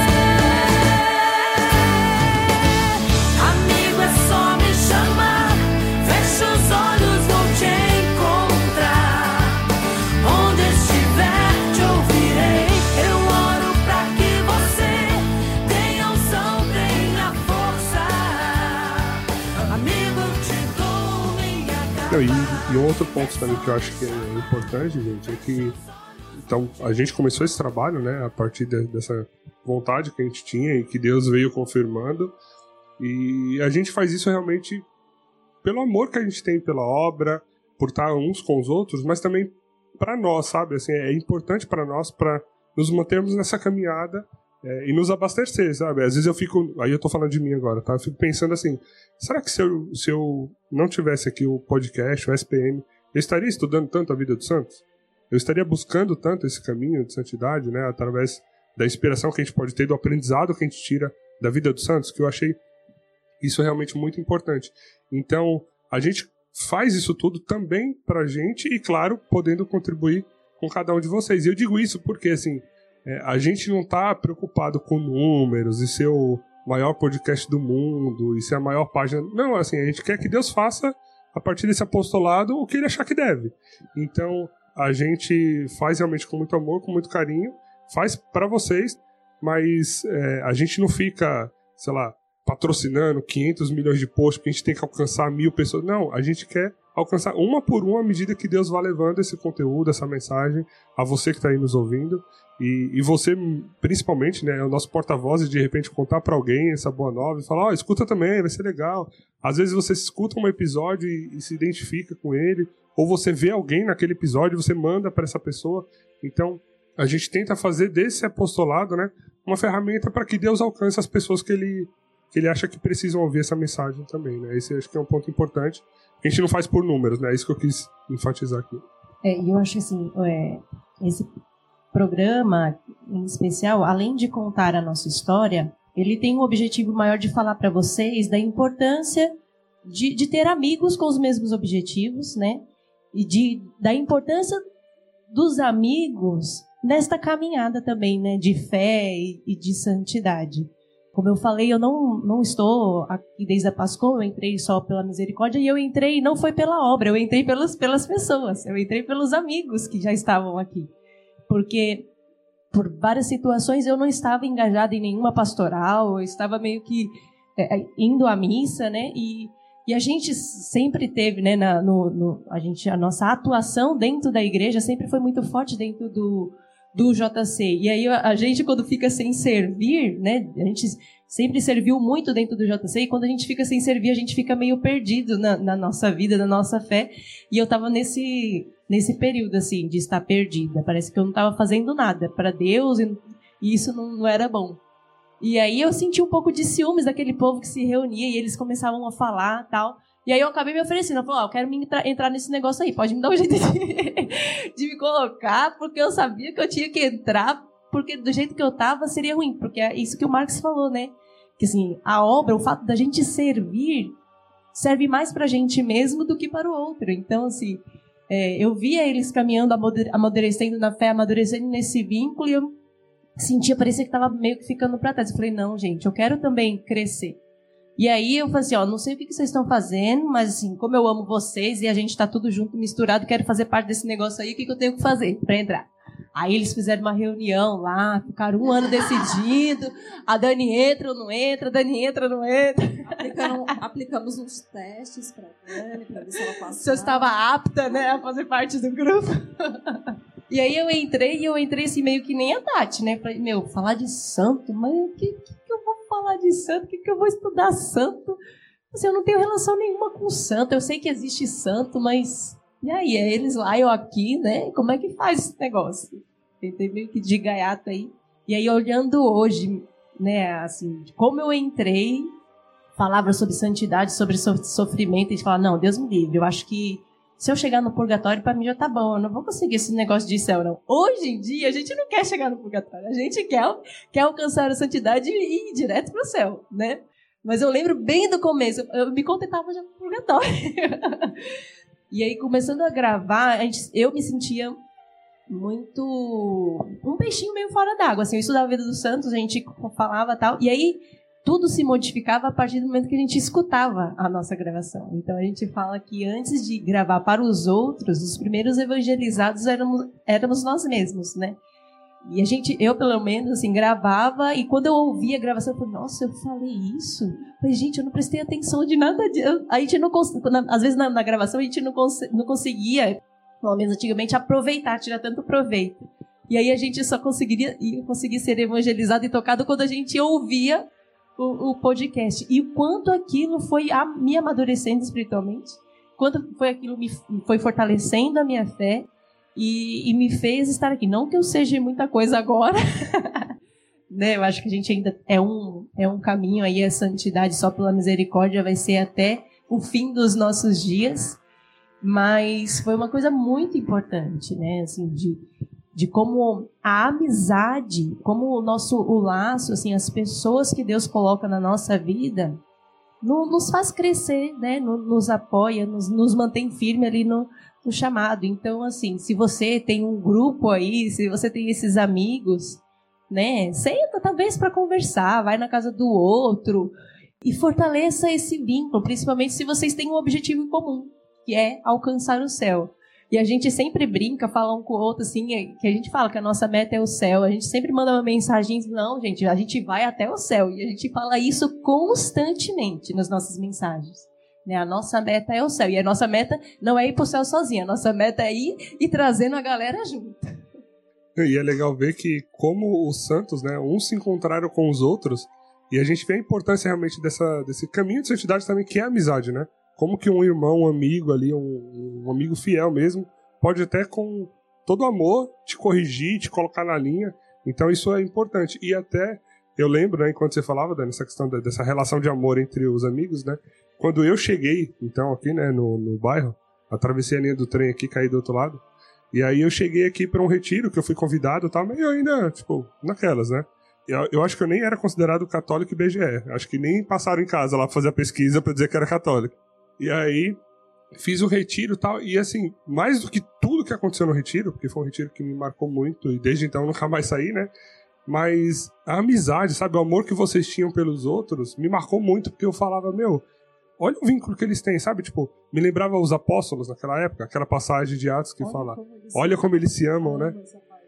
Amigo, é só me chamar. Fecha os olhos, vou te encontrar. Onde estiver, te ouvirei. Eu oro pra que você tenha unção, tenha força. Amigo, eu te dou minha casa. Não, e, e um outro ponto também que eu acho que é importante, gente, é que então, a gente começou esse trabalho, né, a partir de, dessa vontade que a gente tinha e que Deus veio confirmando, e a gente faz isso realmente pelo amor que a gente tem pela obra, por estar uns com os outros, mas também para nós, sabe? Assim, é importante para nós, para nos mantermos nessa caminhada é, e nos abastecer, sabe? Às vezes eu fico, aí eu tô falando de mim agora, tá? Eu fico pensando assim, será que se eu, se eu não tivesse aqui o podcast, o S P M, eu estaria estudando tanto a vida dos santos? Eu estaria buscando tanto esse caminho de santidade, né, através da inspiração que a gente pode ter, do aprendizado que a gente tira da vida dos santos, que eu achei isso realmente muito importante. Então, a gente faz isso tudo também pra gente e, claro, podendo contribuir com cada um de vocês. E eu digo isso porque, assim, é, a gente não tá preocupado com números e ser o maior podcast do mundo e ser a maior página. Não, assim, a gente quer que Deus faça, a partir desse apostolado, o que ele achar que deve. Então, a gente faz realmente com muito amor, com muito carinho, faz para vocês, mas é, a gente não fica, sei lá, patrocinando quinhentos milhões de posts porque a gente tem que alcançar mil pessoas. Não, a gente quer alcançar uma por uma à medida que Deus vai levando esse conteúdo, essa mensagem a você que está aí nos ouvindo. E, e você, principalmente, né, é o nosso porta-voz e de repente contar para alguém essa boa nova e falar, ó, oh, escuta também, vai ser legal. Às vezes você escuta um episódio e, e se identifica com ele, ou você vê alguém naquele episódio e você manda para essa pessoa. Então, a gente tenta fazer desse apostolado, né, uma ferramenta para que Deus alcance as pessoas que ele, que ele acha que precisam ouvir essa mensagem também, né? Esse acho que é um ponto importante. A gente não faz por números, né? É isso que eu quis enfatizar aqui. É, e eu acho assim, é, esse programa em especial, além de contar a nossa história, ele tem um objetivo maior de falar para vocês da importância de, de ter amigos com os mesmos objetivos, né? E de, da importância dos amigos nesta caminhada também, né? De fé e, e de santidade. Como eu falei, eu não, não estou aqui desde a Páscoa, eu entrei só pela misericórdia, e eu entrei, não foi pela obra, eu entrei pelas, pelas pessoas, eu entrei pelos amigos que já estavam aqui. Porque por várias situações eu não estava engajada em nenhuma pastoral, eu estava meio que é, indo à missa, né? E, e a gente sempre teve, né, na, no, no, a, gente, a nossa atuação dentro da igreja sempre foi muito forte dentro do, do J C. E aí a gente, quando fica sem servir, né, a gente sempre serviu muito dentro do J C, e quando a gente fica sem servir, a gente fica meio perdido na, na nossa vida, na nossa fé. E eu estava nesse, nesse período, assim, de estar perdida. Parece que eu não estava fazendo nada para Deus, e, e isso não, não era bom. E aí eu senti um pouco de ciúmes daquele povo que se reunia, e eles começavam a falar e tal. E aí eu acabei me oferecendo, eu falei, ó, oh, eu quero me entra, entrar nesse negócio aí, pode me dar um jeito de, de me colocar, porque eu sabia que eu tinha que entrar, porque do jeito que eu tava seria ruim, porque é isso que o Marcos falou, né? Que assim, a obra, o fato da gente servir, serve mais pra gente mesmo do que para o outro. Então, assim, é, eu via eles caminhando, amadurecendo na fé, amadurecendo nesse vínculo, e eu sentia, parecia que tava meio que ficando pra trás. Eu falei, não, gente, eu quero também crescer. E aí eu falei assim, ó, não sei o que vocês estão fazendo, mas assim, como eu amo vocês e a gente tá tudo junto, misturado, quero fazer parte desse negócio aí, o que, que eu tenho que fazer pra entrar? Aí eles fizeram uma reunião lá, ficaram um ano decidindo, a Dani entra ou não entra, a Dani entra ou não entra. Aplicando, aplicamos uns testes pra Dani, pra ver se ela passava. Se eu estava apta, né, a fazer parte do grupo. E aí eu entrei, e eu entrei assim meio que nem a Tati, né? Falei, meu, falar de santo, mas o que, que, que eu vou falar de santo? O que, que eu vou estudar santo? Assim, eu não tenho relação nenhuma com santo, eu sei que existe santo, mas... E aí, é eles lá, eu aqui, né? Como é que faz esse negócio? Tentei meio que de gaiato aí. E aí, olhando hoje, né, assim, como eu entrei, falava sobre santidade, sobre sofrimento, e falava, não, Deus me livre, eu acho que se eu chegar no purgatório, pra mim já tá bom. Eu não vou conseguir esse negócio de céu, não. Hoje em dia, a gente não quer chegar no purgatório. A gente quer, quer alcançar a santidade e ir direto pro céu, né? Mas eu lembro bem do começo. Eu me contentava já no purgatório. E aí, começando a gravar, a gente, eu me sentia muito... um peixinho meio fora d'água. Assim, eu estudava a vida dos santos, a gente falava e tal. E aí... tudo se modificava a partir do momento que a gente escutava a nossa gravação. Então, a gente fala que antes de gravar para os outros, os primeiros evangelizados éramos, éramos nós mesmos, né? E a gente, eu, pelo menos, assim, gravava, e quando eu ouvia a gravação, eu falei, nossa, eu falei isso? Eu falei, gente, eu não prestei atenção de nada disso. A gente não conseguia, às vezes na, na gravação, a gente não, cons não conseguia, pelo menos antigamente, aproveitar, tirar tanto proveito. E aí a gente só conseguiria, ia conseguir ser evangelizado e tocado quando a gente ouvia O, o podcast. E o quanto aquilo foi a, me amadurecendo espiritualmente, quanto foi aquilo me foi fortalecendo a minha fé e, e me fez estar aqui. Não que eu seja muita coisa agora, né? Eu acho que a gente ainda é um, é um caminho aí, a santidade só pela misericórdia vai ser até o fim dos nossos dias, mas foi uma coisa muito importante, né? Assim, de de como a amizade, como o nosso o laço, assim, as pessoas que Deus coloca na nossa vida, no, nos faz crescer, né? No, nos apoia, nos, nos mantém firme ali no, no chamado. Então, assim, se você tem um grupo aí, se você tem esses amigos, né? Senta talvez para conversar, vai na casa do outro e fortaleça esse vínculo, principalmente se vocês têm um objetivo em comum, que é alcançar o céu. E a gente sempre brinca, fala um com o outro, assim, que a gente fala que a nossa meta é o céu. A gente sempre manda uma mensagem, não, gente, a gente vai até o céu. E a gente fala isso constantemente nas nossas mensagens. Né? A nossa meta é o céu. E a nossa meta não é ir pro céu sozinha. A nossa meta é ir e trazendo a galera junto. E é legal ver que como os santos, né, uns se encontraram com os outros, e a gente vê a importância realmente dessa, desse caminho de santidade também, que é a amizade, né? Como que um irmão, um amigo ali, um, um amigo fiel mesmo, pode até com todo amor te corrigir, te colocar na linha. Então isso é importante. E até, eu lembro, né, enquanto você falava, Dani, essa questão da, dessa relação de amor entre os amigos, né? Quando eu cheguei, então, aqui, né, no, no bairro, atravessei a linha do trem aqui, caí do outro lado, e aí eu cheguei aqui para um retiro, que eu fui convidado e tal, mas eu ainda, tipo, naquelas, né? Eu, eu acho que eu nem era considerado católico e B G E. Acho que nem passaram em casa lá pra fazer a pesquisa pra dizer que era católico. E aí, fiz o retiro e tal, e assim, mais do que tudo que aconteceu no retiro, porque foi um retiro que me marcou muito, e desde então eu nunca mais saí, né? Mas a amizade, sabe, o amor que vocês tinham pelos outros, me marcou muito, porque eu falava, meu, olha o vínculo que eles têm, sabe? Tipo, me lembrava os apóstolos naquela época, aquela passagem de Atos que olha fala, como olha como eles se amam, né?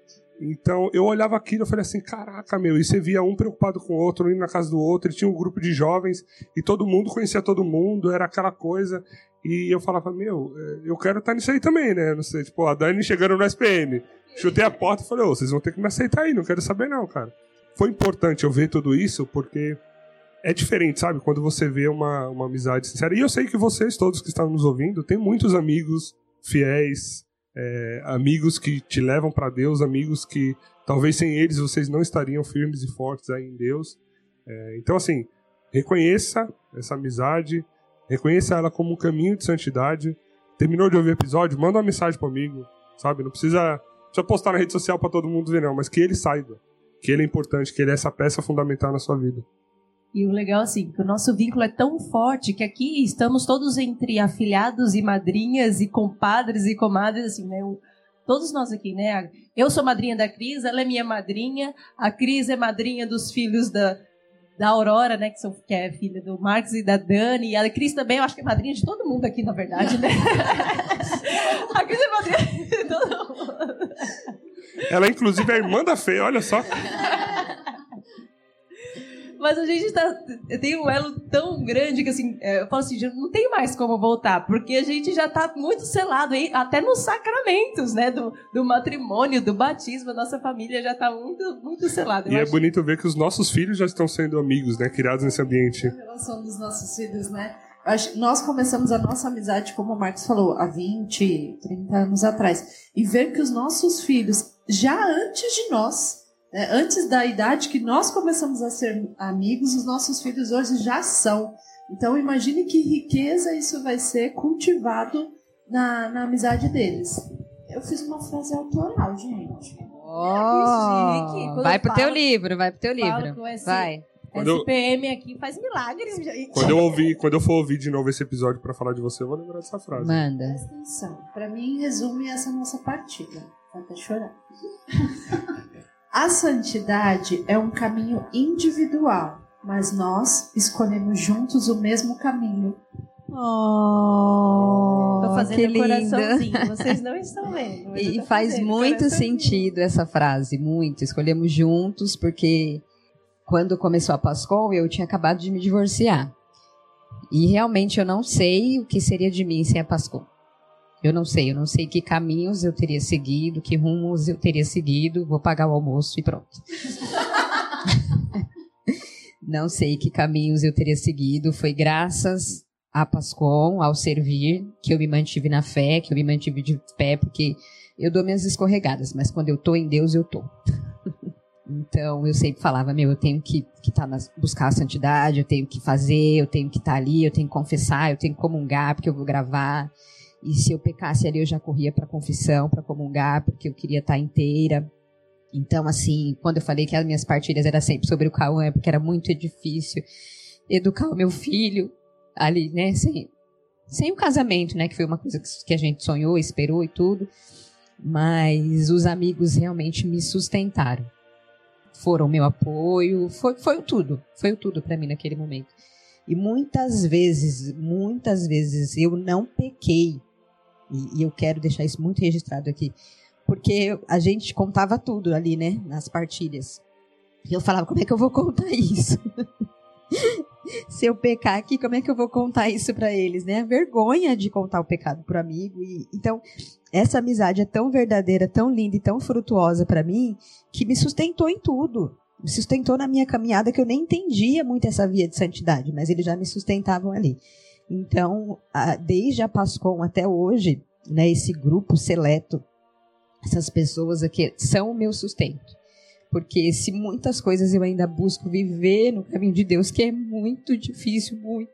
Então, eu olhava aquilo e falei assim, caraca, meu, e você via um preocupado com o outro, indo na casa do outro, e tinha um grupo de jovens, e todo mundo conhecia todo mundo, era aquela coisa, e eu falava, meu, eu quero estar nisso aí também, né? Não sei, tipo, a Dani chegando no S P M, chutei a porta e falei, ô, vocês vão ter que me aceitar aí, não quero saber não, cara. Foi importante eu ver tudo isso, porque é diferente, sabe? Quando você vê uma, uma amizade sincera, e eu sei que vocês, todos que estão nos ouvindo, têm muitos amigos fiéis, É, amigos que te levam para Deus, amigos que talvez sem eles vocês não estariam firmes e fortes aí em Deus. É, então, assim, reconheça essa amizade, reconheça ela como um caminho de santidade. Terminou de ouvir o episódio, manda uma mensagem pro amigo, sabe? Não precisa, precisa postar na rede social para todo mundo ver, não, mas que ele saiba que ele é importante, que ele é essa peça fundamental na sua vida. E o legal, assim, que o nosso vínculo é tão forte que aqui estamos todos entre afilhados e madrinhas e compadres e comadres, assim, né? O, todos nós aqui, né? Eu sou madrinha da Cris, ela é minha madrinha, a Cris é madrinha dos filhos da, da Aurora, né? Que, são, que é filha do Marcos e da Dani, e a Cris também, eu acho que é madrinha de todo mundo aqui, na verdade, né? A Cris é madrinha de todo mundo. Ela, inclusive, é irmã da Fê, olha só. Mas a gente tá, tem um elo tão grande que, assim, eu falo assim, já não tem mais como voltar, porque a gente já tá muito selado, aí, até nos sacramentos, né, do, do matrimônio, do batismo, a nossa família já tá muito, muito selada. E é acho... bonito ver que os nossos filhos já estão sendo amigos, né, criados nesse ambiente. A relação dos nossos filhos, né? Acho, nós começamos a nossa amizade, como o Marcos falou, há vinte, trinta anos atrás. E ver que os nossos filhos, já antes de nós, né, antes da idade que nós começamos a ser amigos, os nossos filhos hoje já são. Então imagine que riqueza isso vai ser cultivado na, na amizade deles. Eu fiz uma frase autoral, gente. Oh, chique. vai pro Falo- teu livro, vai pro teu falo livro. com esse- Vai. Quando eu- S P M aqui faz milagres, gente. Quando eu, ouvir, quando eu for ouvir de novo esse episódio pra falar de você, eu vou lembrar dessa frase. Manda. Presta atenção. Pra mim, resume essa nossa partida. Vou até chorar. A santidade é um caminho individual, mas nós escolhemos juntos o mesmo caminho. Oh, Tô fazendo que lindo. coraçãozinho, vocês não estão vendo. mas eu E tô faz fazendo muito coraçãozinho. sentido essa frase, muito. Escolhemos juntos, porque quando começou a Pascom, eu tinha acabado de me divorciar. E realmente eu não sei o que seria de mim sem a Pascom. Eu não sei, eu não sei que caminhos eu teria seguido, que rumos eu teria seguido. Vou pagar o almoço e pronto. Não sei que caminhos eu teria seguido. Foi graças a Pascom, ao servir, que eu me mantive na fé, que eu me mantive de pé, porque eu dou minhas escorregadas, mas quando eu tô em Deus, eu tô. Então, eu sempre falava, meu, eu tenho que, que tá nas, buscar a santidade, eu tenho que fazer, eu tenho que estar tá ali, eu tenho que confessar, eu tenho que comungar, porque eu vou gravar. E se eu pecasse ali, eu já corria para confissão, para comungar, porque eu queria estar tá inteira. Então, assim, quando eu falei que as minhas partilhas eram sempre sobre o Cauã, é porque era muito difícil educar o meu filho ali, né, sem, sem o casamento, né, que foi uma coisa que a gente sonhou, esperou e tudo. Mas os amigos realmente me sustentaram. Foram meu apoio, foi, foi tudo, foi tudo para mim naquele momento. E muitas vezes, muitas vezes eu não pequei, e, e eu quero deixar isso muito registrado aqui, porque a gente contava tudo ali, né, nas partilhas. E eu falava, como é que eu vou contar isso? Se eu pecar aqui, como é que eu vou contar isso para eles, né? A vergonha de contar o pecado pro amigo. E, então, essa amizade é tão verdadeira, tão linda e tão frutuosa para mim, que me sustentou em tudo. Me sustentou na minha caminhada, que eu nem entendia muito essa via de santidade, mas eles já me sustentavam ali. Então, a, desde a Pascom até hoje, né, esse grupo seleto, essas pessoas aqui são o meu sustento. Porque se muitas coisas eu ainda busco viver no caminho de Deus, que é muito difícil, muito,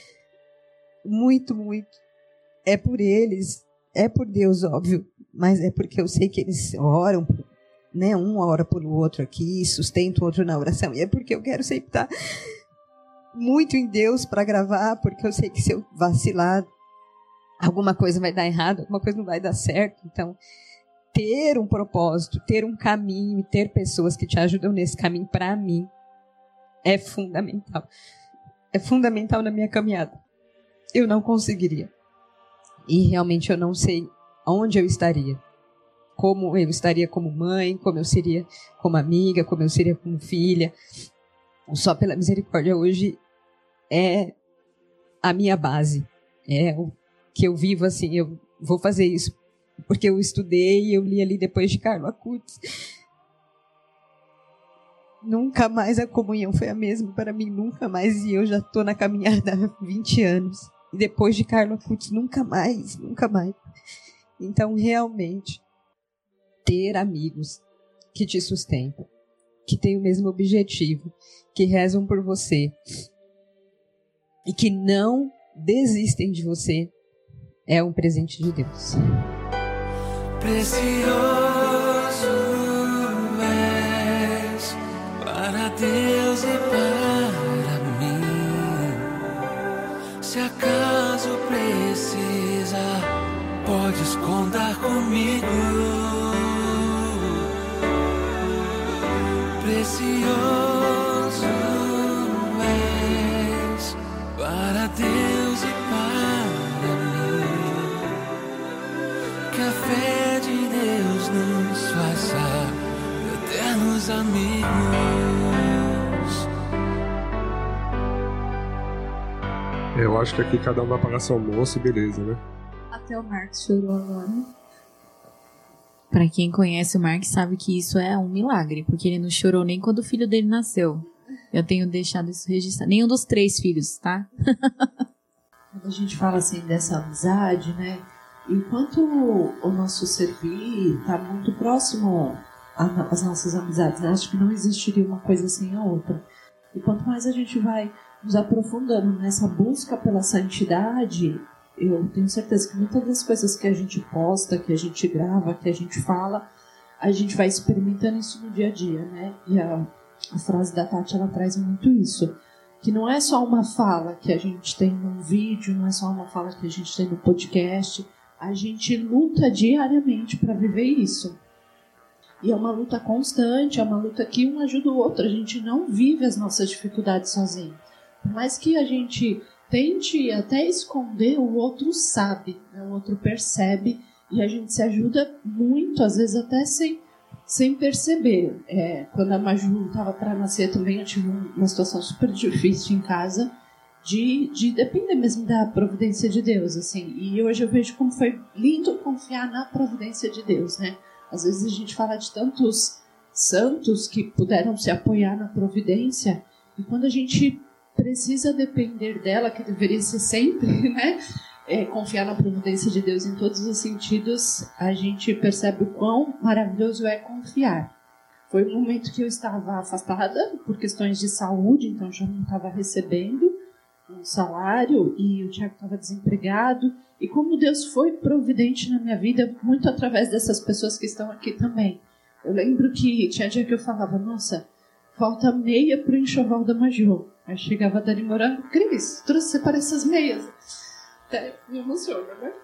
muito, muito, é por eles, é por Deus, óbvio, mas é porque eu sei que eles oram, né, um ora pelo outro aqui, sustenta o outro na oração, e é porque eu quero sempre estar muito em Deus para gravar, porque eu sei que se eu vacilar, alguma coisa vai dar errado, alguma coisa não vai dar certo, então ter um propósito, ter um caminho e ter pessoas que te ajudam nesse caminho, para mim, é fundamental. É fundamental na minha caminhada. Eu não conseguiria. E realmente eu não sei onde eu estaria. Como eu estaria como mãe, como eu seria como amiga, como eu seria como filha. O Só Pela Misericórdia hoje é a minha base. É o que eu vivo assim, eu vou fazer isso porque eu estudei e eu li ali depois de Carlo Acutis. Nunca mais a comunhão foi a mesma para mim, nunca mais. E eu já estou na caminhada há vinte anos. E depois de Carlo Acutis, nunca mais, nunca mais. Então, realmente, ter amigos que te sustentam, que têm o mesmo objetivo, que rezam por você e que não desistem de você, é um presente de Deus. Precioso és para Deus e para mim. Se acaso precisar, podes contar comigo. Precioso és para Deus e para mim. Que a fé de Deus nos faça eternos amigos. Eu acho que aqui cada um vai pagar seu almoço e beleza, né? Até o Marcos chorou agora. Pra quem conhece o Marcos sabe que isso é um milagre, porque ele não chorou nem quando o filho dele nasceu. Eu tenho deixado isso registrado. Nenhum dos três filhos, tá? Quando a gente fala assim dessa amizade, né? Enquanto o nosso servir está muito próximo às nossas amizades, né? Acho que não existiria uma coisa sem a outra. E quanto mais a gente vai nos aprofundando nessa busca pela santidade, eu tenho certeza que muitas das coisas que a gente posta, que a gente grava, que a gente fala, a gente vai experimentando isso no dia a dia, né? E a, a frase da Tati, ela traz muito isso. Que não é só uma fala que a gente tem num vídeo, não é só uma fala que a gente tem no podcast. A gente luta diariamente para viver isso. E é uma luta constante, é uma luta que um ajuda o outro. A gente não vive as nossas dificuldades sozinho. Por mais que a gente tente até esconder, o outro sabe, né? O outro percebe e a gente se ajuda muito, às vezes até sem, sem perceber. É, quando a Maju estava para nascer também, eu tive uma situação super difícil em casa, de, de depender mesmo da providência de Deus, assim. E hoje eu vejo como foi lindo confiar na providência de Deus, né? Às vezes a gente fala de tantos santos que puderam se apoiar na providência, e quando a gente precisa depender dela, que deveria ser sempre, né? É, confiar na providência de Deus em todos os sentidos, a gente percebe o quão maravilhoso é confiar. Foi um momento que eu estava afastada por questões de saúde, então já não estava recebendo um salário e o Tiago estava desempregado. E como Deus foi providente na minha vida, muito através dessas pessoas que estão aqui também. Eu lembro que tinha dia que eu falava, nossa, falta meia para o enxoval da Maju. Aí chegava a Dani Morango, Cris, trouxe, separei essas meias. Até me emociona, né?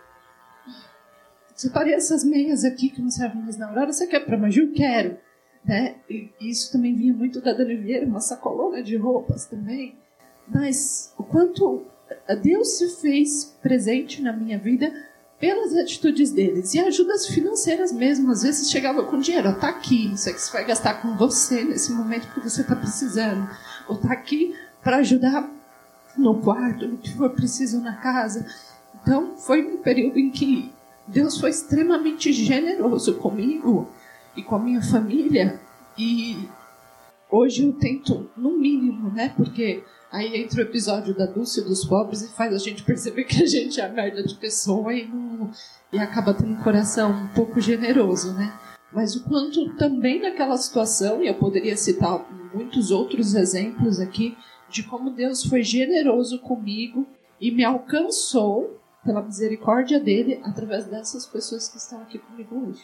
Separei essas meias aqui que não servem mais na Aurora. Você quer para Maju? Quero. Né? E isso também vinha muito da Dani Vieira, uma sacolona de roupas também. Mas o quanto Deus se fez presente na minha vida pelas atitudes deles. E ajudas financeiras mesmo. Às vezes chegava com dinheiro. Ó, tá aqui, isso é que você vai gastar com você nesse momento que você está precisando. Ou tá aqui para ajudar no quarto, no que for preciso na casa. Então, foi um período em que Deus foi extremamente generoso comigo e com a minha família. E hoje eu tento, no mínimo, né? Porque aí entra o episódio da Dulce dos pobres e faz a gente perceber que a gente é a merda de pessoa e, não, e acaba tendo um coração um pouco generoso, né? Mas o quanto também naquela situação, e eu poderia citar muitos outros exemplos aqui, de como Deus foi generoso comigo e me alcançou pela misericórdia dele através dessas pessoas que estão aqui comigo hoje.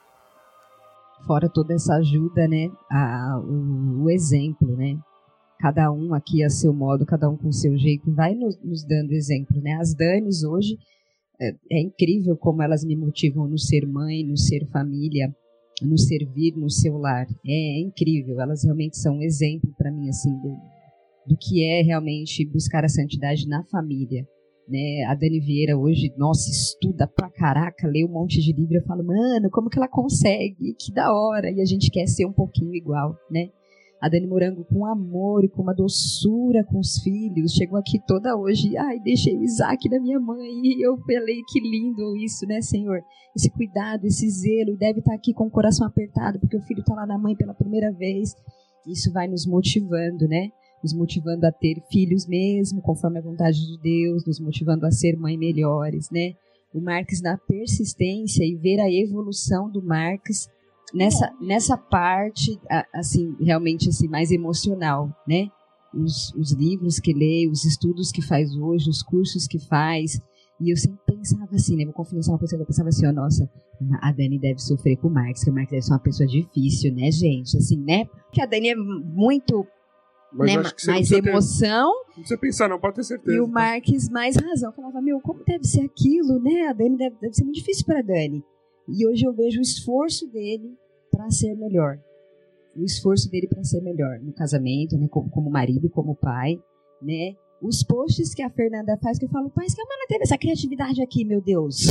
Fora toda essa ajuda, né, a, o, o exemplo, né, cada um aqui a seu modo, cada um com o seu jeito, vai nos, nos dando exemplo, né, as Danis hoje, é, é incrível como elas me motivam no ser mãe, no ser família, no servir, no seu lar, é, é incrível, elas realmente são um exemplo para mim, assim, do, do que é realmente buscar a santidade na família, né? A Dani Vieira hoje, nossa, estuda pra caraca, lê um monte de livro, eu falo, mano, como que ela consegue? Que da hora! E a gente quer ser um pouquinho igual, né? A Dani Morango com amor e com uma doçura com os filhos, chegou aqui toda hoje, ai, deixei o Isaac da minha mãe, e eu falei, que lindo isso, né, Senhor? Esse cuidado, esse zelo, deve estar aqui com o coração apertado, porque o filho está lá na mãe pela primeira vez. Isso vai nos motivando, né? Nos motivando a ter filhos mesmo, conforme a vontade de Deus, nos motivando a ser mãe melhores, né? O Marques na persistência e ver a evolução do Marques nessa, nessa parte, assim, realmente assim, mais emocional, né? Os, os livros que lê, os estudos que faz hoje, os cursos que faz. E eu sempre pensava assim, né? Vou confessar uma coisa que eu pensava assim, ó, nossa, a Dani deve sofrer com o Marques, que o Marques deve ser uma pessoa difícil, né, gente? Assim, né? Porque a Dani é muito... Mas né, acho que você mais não emoção. Ter, não precisa pensar, não, pode ter certeza. E o Marques mais razão. Eu falava, meu, como deve ser aquilo, né? A Dani deve, deve ser muito difícil para a Dani. E hoje eu vejo o esforço dele para ser melhor. O esforço dele para ser melhor no casamento, né? Como, como marido, como pai, né? Os posts que a Fernanda faz, que eu falo, pai, que a Mana teve essa criatividade aqui, meu Deus.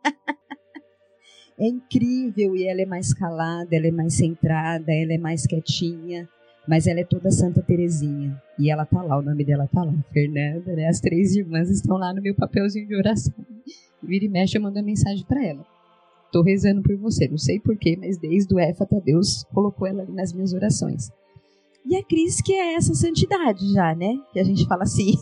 É incrível. E ela é mais calada, ela é mais centrada, ela é mais quietinha. Mas ela é toda Santa Terezinha. E ela tá lá, o nome dela tá lá. Fernanda, né? As três irmãs estão lá no meu papelzinho de oração. Vira e mexe, eu mando uma mensagem pra ela. Tô rezando por você. Não sei porquê, mas desde o Éfata, Deus colocou ela ali nas minhas orações. E a Cris, que é essa santidade já, né? Que a gente fala assim.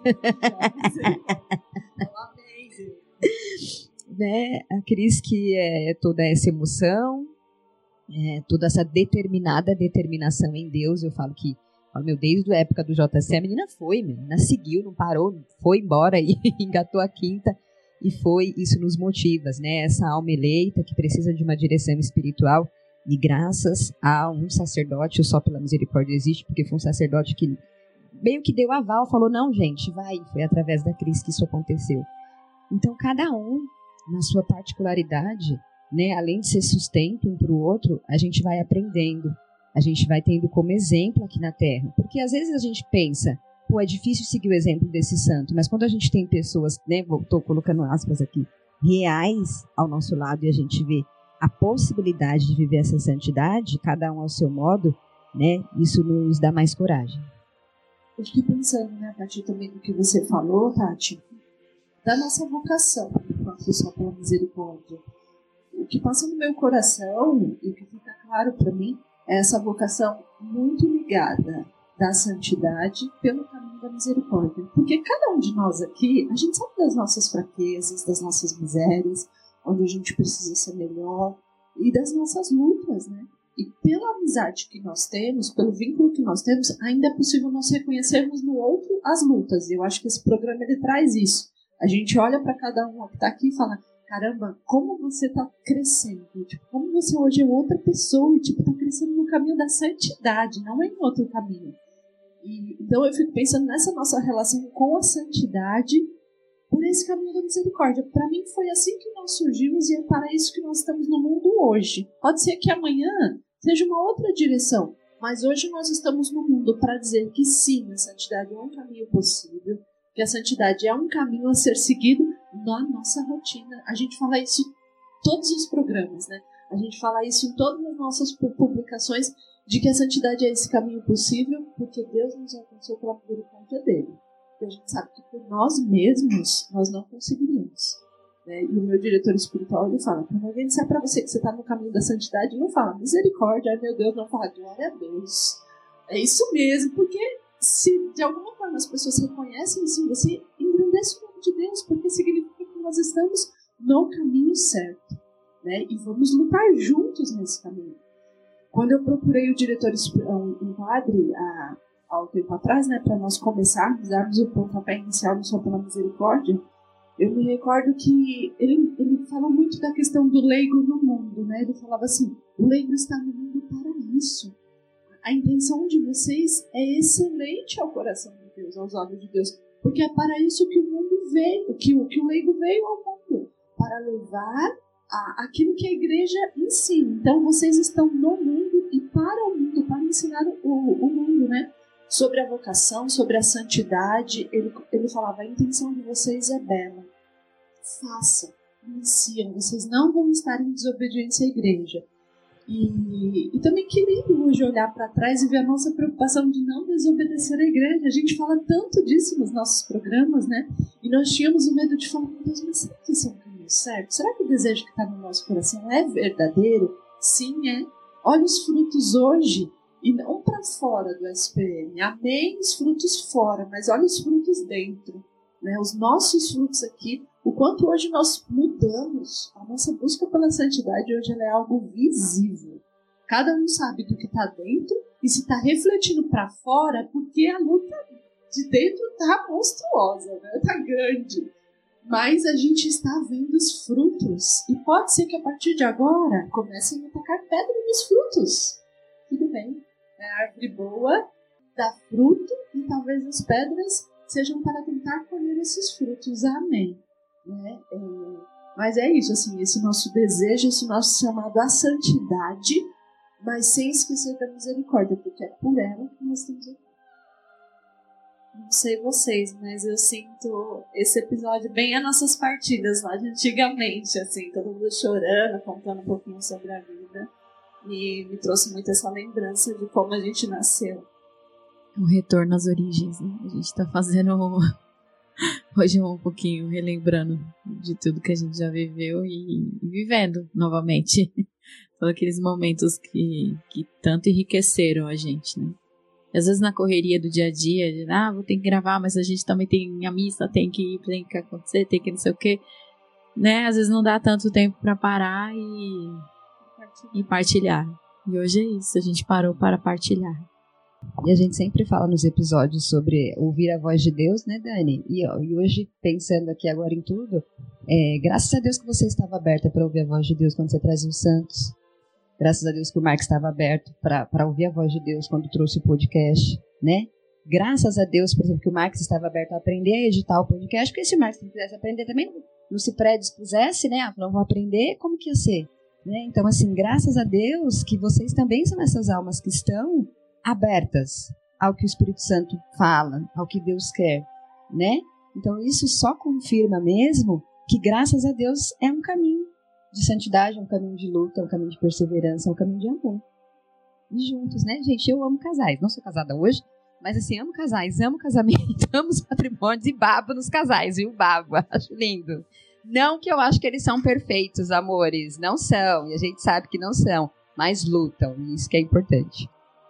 Né? A Cris, que é toda essa emoção. É, toda essa determinada determinação em Deus. Eu falo que, falo, meu, desde a época do J C, a menina foi, a menina seguiu, não parou, foi embora e engatou a quinta. e foi, isso nos motiva, né? Essa alma eleita que precisa de uma direção espiritual, e graças a um sacerdote, o Só Pela Misericórdia existe, porque foi um sacerdote que meio que deu aval, falou, não, gente, vai, foi através da Cris que isso aconteceu. Então, cada um, na sua particularidade, né, além de ser sustento um para o outro, a gente vai aprendendo, a gente vai tendo como exemplo aqui na Terra. Porque às vezes a gente pensa, pô, é difícil seguir o exemplo desse santo, mas quando a gente tem pessoas, né, estou colocando aspas aqui, reais ao nosso lado e a gente vê a possibilidade de viver essa santidade, cada um ao seu modo, né, isso nos dá mais coragem. Eu fiquei pensando, né, a partir também do que você falou, Tati, da nossa vocação, enquanto Só Pela Misericórdia. O que passa no meu coração, e o que fica claro para mim, é essa vocação muito ligada da santidade pelo caminho da misericórdia. Porque cada um de nós aqui, a gente sabe das nossas fraquezas, das nossas misérias, onde a gente precisa ser melhor, e das nossas lutas, né? E pela amizade que nós temos, pelo vínculo que nós temos, ainda é possível nós reconhecermos no outro as lutas. E eu acho que esse programa ele traz isso. A gente olha para cada um que está aqui e fala, caramba, como você está crescendo. Tipo, como você hoje é outra pessoa e tipo, está crescendo no caminho da santidade, não é em outro caminho. E, então eu fico pensando nessa nossa relação com a santidade por esse caminho da misericórdia. Para mim foi assim que nós surgimos e é para isso que nós estamos no mundo hoje. Pode ser que amanhã seja uma outra direção, mas hoje nós estamos no mundo para dizer que sim, a santidade é um caminho possível, que a santidade é um caminho a ser seguido na nossa rotina. A gente fala isso em todos os programas, né? A gente fala isso em todas as nossas publicações, de que a santidade é esse caminho possível, porque Deus nos alcançou pela misericórdia dele. E a gente sabe que por nós mesmos, nós não conseguiríamos. Né? E o meu diretor espiritual, ele fala, quando alguém disser para você que você está no caminho da santidade, não fala misericórdia, ai meu Deus, não fala glória a Deus. É isso mesmo, porque se de alguma forma as pessoas reconhecem isso, você engrandece o nome de Deus, porque significa que nós estamos no caminho certo. Né? E vamos lutar juntos nesse caminho. Quando eu procurei o diretor, um padre, há, há um tempo atrás, né, para nós começarmos, darmos o pontapé inicial no Só Pela Misericórdia, eu me recordo que ele, ele falou muito da questão do leigo no mundo, né? Ele falava assim, o leigo está no mundo para isso. A intenção de vocês é excelente ao coração de Deus, aos olhos de Deus, porque é para isso que o mundo veio, que o, que o leigo veio ao mundo, para levar a, aquilo que a igreja ensina. Então vocês estão no mundo e para o mundo, para ensinar o, o mundo, né? Sobre a vocação, sobre a santidade, ele, ele falava, a intenção de vocês é bela. Façam, iniciam, vocês não vão estar em desobediência à igreja. E, e também que lindo hoje olhar para trás e ver a nossa preocupação de não desobedecer à igreja. A gente fala tanto disso nos nossos programas, né? E nós tínhamos o medo de falar, meu Deus, mas será que isso é um caminho certo? Será que o desejo que está no nosso coração é verdadeiro? Sim, é. Olha os frutos hoje. E não para fora do S P M. Amém os frutos fora, mas olha os frutos dentro. Né? Os nossos frutos aqui, o quanto hoje nós mudamos. A nossa busca pela santidade hoje ela é algo visível. Cada um sabe do que está dentro e se está refletindo para fora, porque a luta de dentro está monstruosa, está né? grande. Mas a gente está vendo os frutos. E pode ser que a partir de agora comecem a tacar pedra nos frutos. Tudo bem. A árvore boa dá fruto e talvez as pedras sejam para tentar colher esses frutos. Amém. Né? É, mas é isso, assim, esse nosso desejo, esse nosso chamado à santidade, mas sem esquecer da misericórdia, porque é por ela que nós estamos aqui. Não sei vocês, mas eu sinto esse episódio bem as nossas partilhas lá de antigamente, assim, todo mundo chorando, contando um pouquinho sobre a vida. E me trouxe muito essa lembrança de como a gente nasceu. O retorno às origens, né? A gente tá fazendo hoje um pouquinho, relembrando de tudo que a gente já viveu e, e vivendo novamente. Todos aqueles momentos que, que tanto enriqueceram a gente, né? E às vezes na correria do dia a dia, de, ah, vou ter que gravar, mas a gente também tem a missa, tem que ir, tem que acontecer, tem que não sei o quê. Né? Às vezes não dá tanto tempo pra parar e... e partilhar. E hoje é isso, a gente parou para partilhar. E a gente sempre fala nos episódios sobre ouvir a voz de Deus, né, Dani? E, ó, e hoje, pensando aqui agora em tudo, é, graças a Deus que você estava aberta para ouvir a voz de Deus quando você trazia os santos. Graças a Deus que o Marcos estava aberto para ouvir a voz de Deus quando trouxe o podcast, né? Graças a Deus, por exemplo, que o Marcos estava aberto a aprender a editar o podcast, porque se o Marcos não quisesse aprender também, não se predispusesse, né? Ah, não vou aprender, como que ia ser? Né? Então, assim, graças a Deus que vocês também são essas almas que estão abertas ao que o Espírito Santo fala, ao que Deus quer, né? Então isso só confirma mesmo que graças a Deus é um caminho de santidade, é um caminho de luta, é um caminho de perseverança, é um caminho de amor. E juntos, né, gente? Eu amo casais, não sou casada hoje, mas assim, amo casais, amo casamento, amo os matrimônios e babo nos casais, viu? Babo, acho lindo. Não que eu acho que eles são perfeitos, amores, não são, e a gente sabe que não são, mas lutam, e isso que é importante.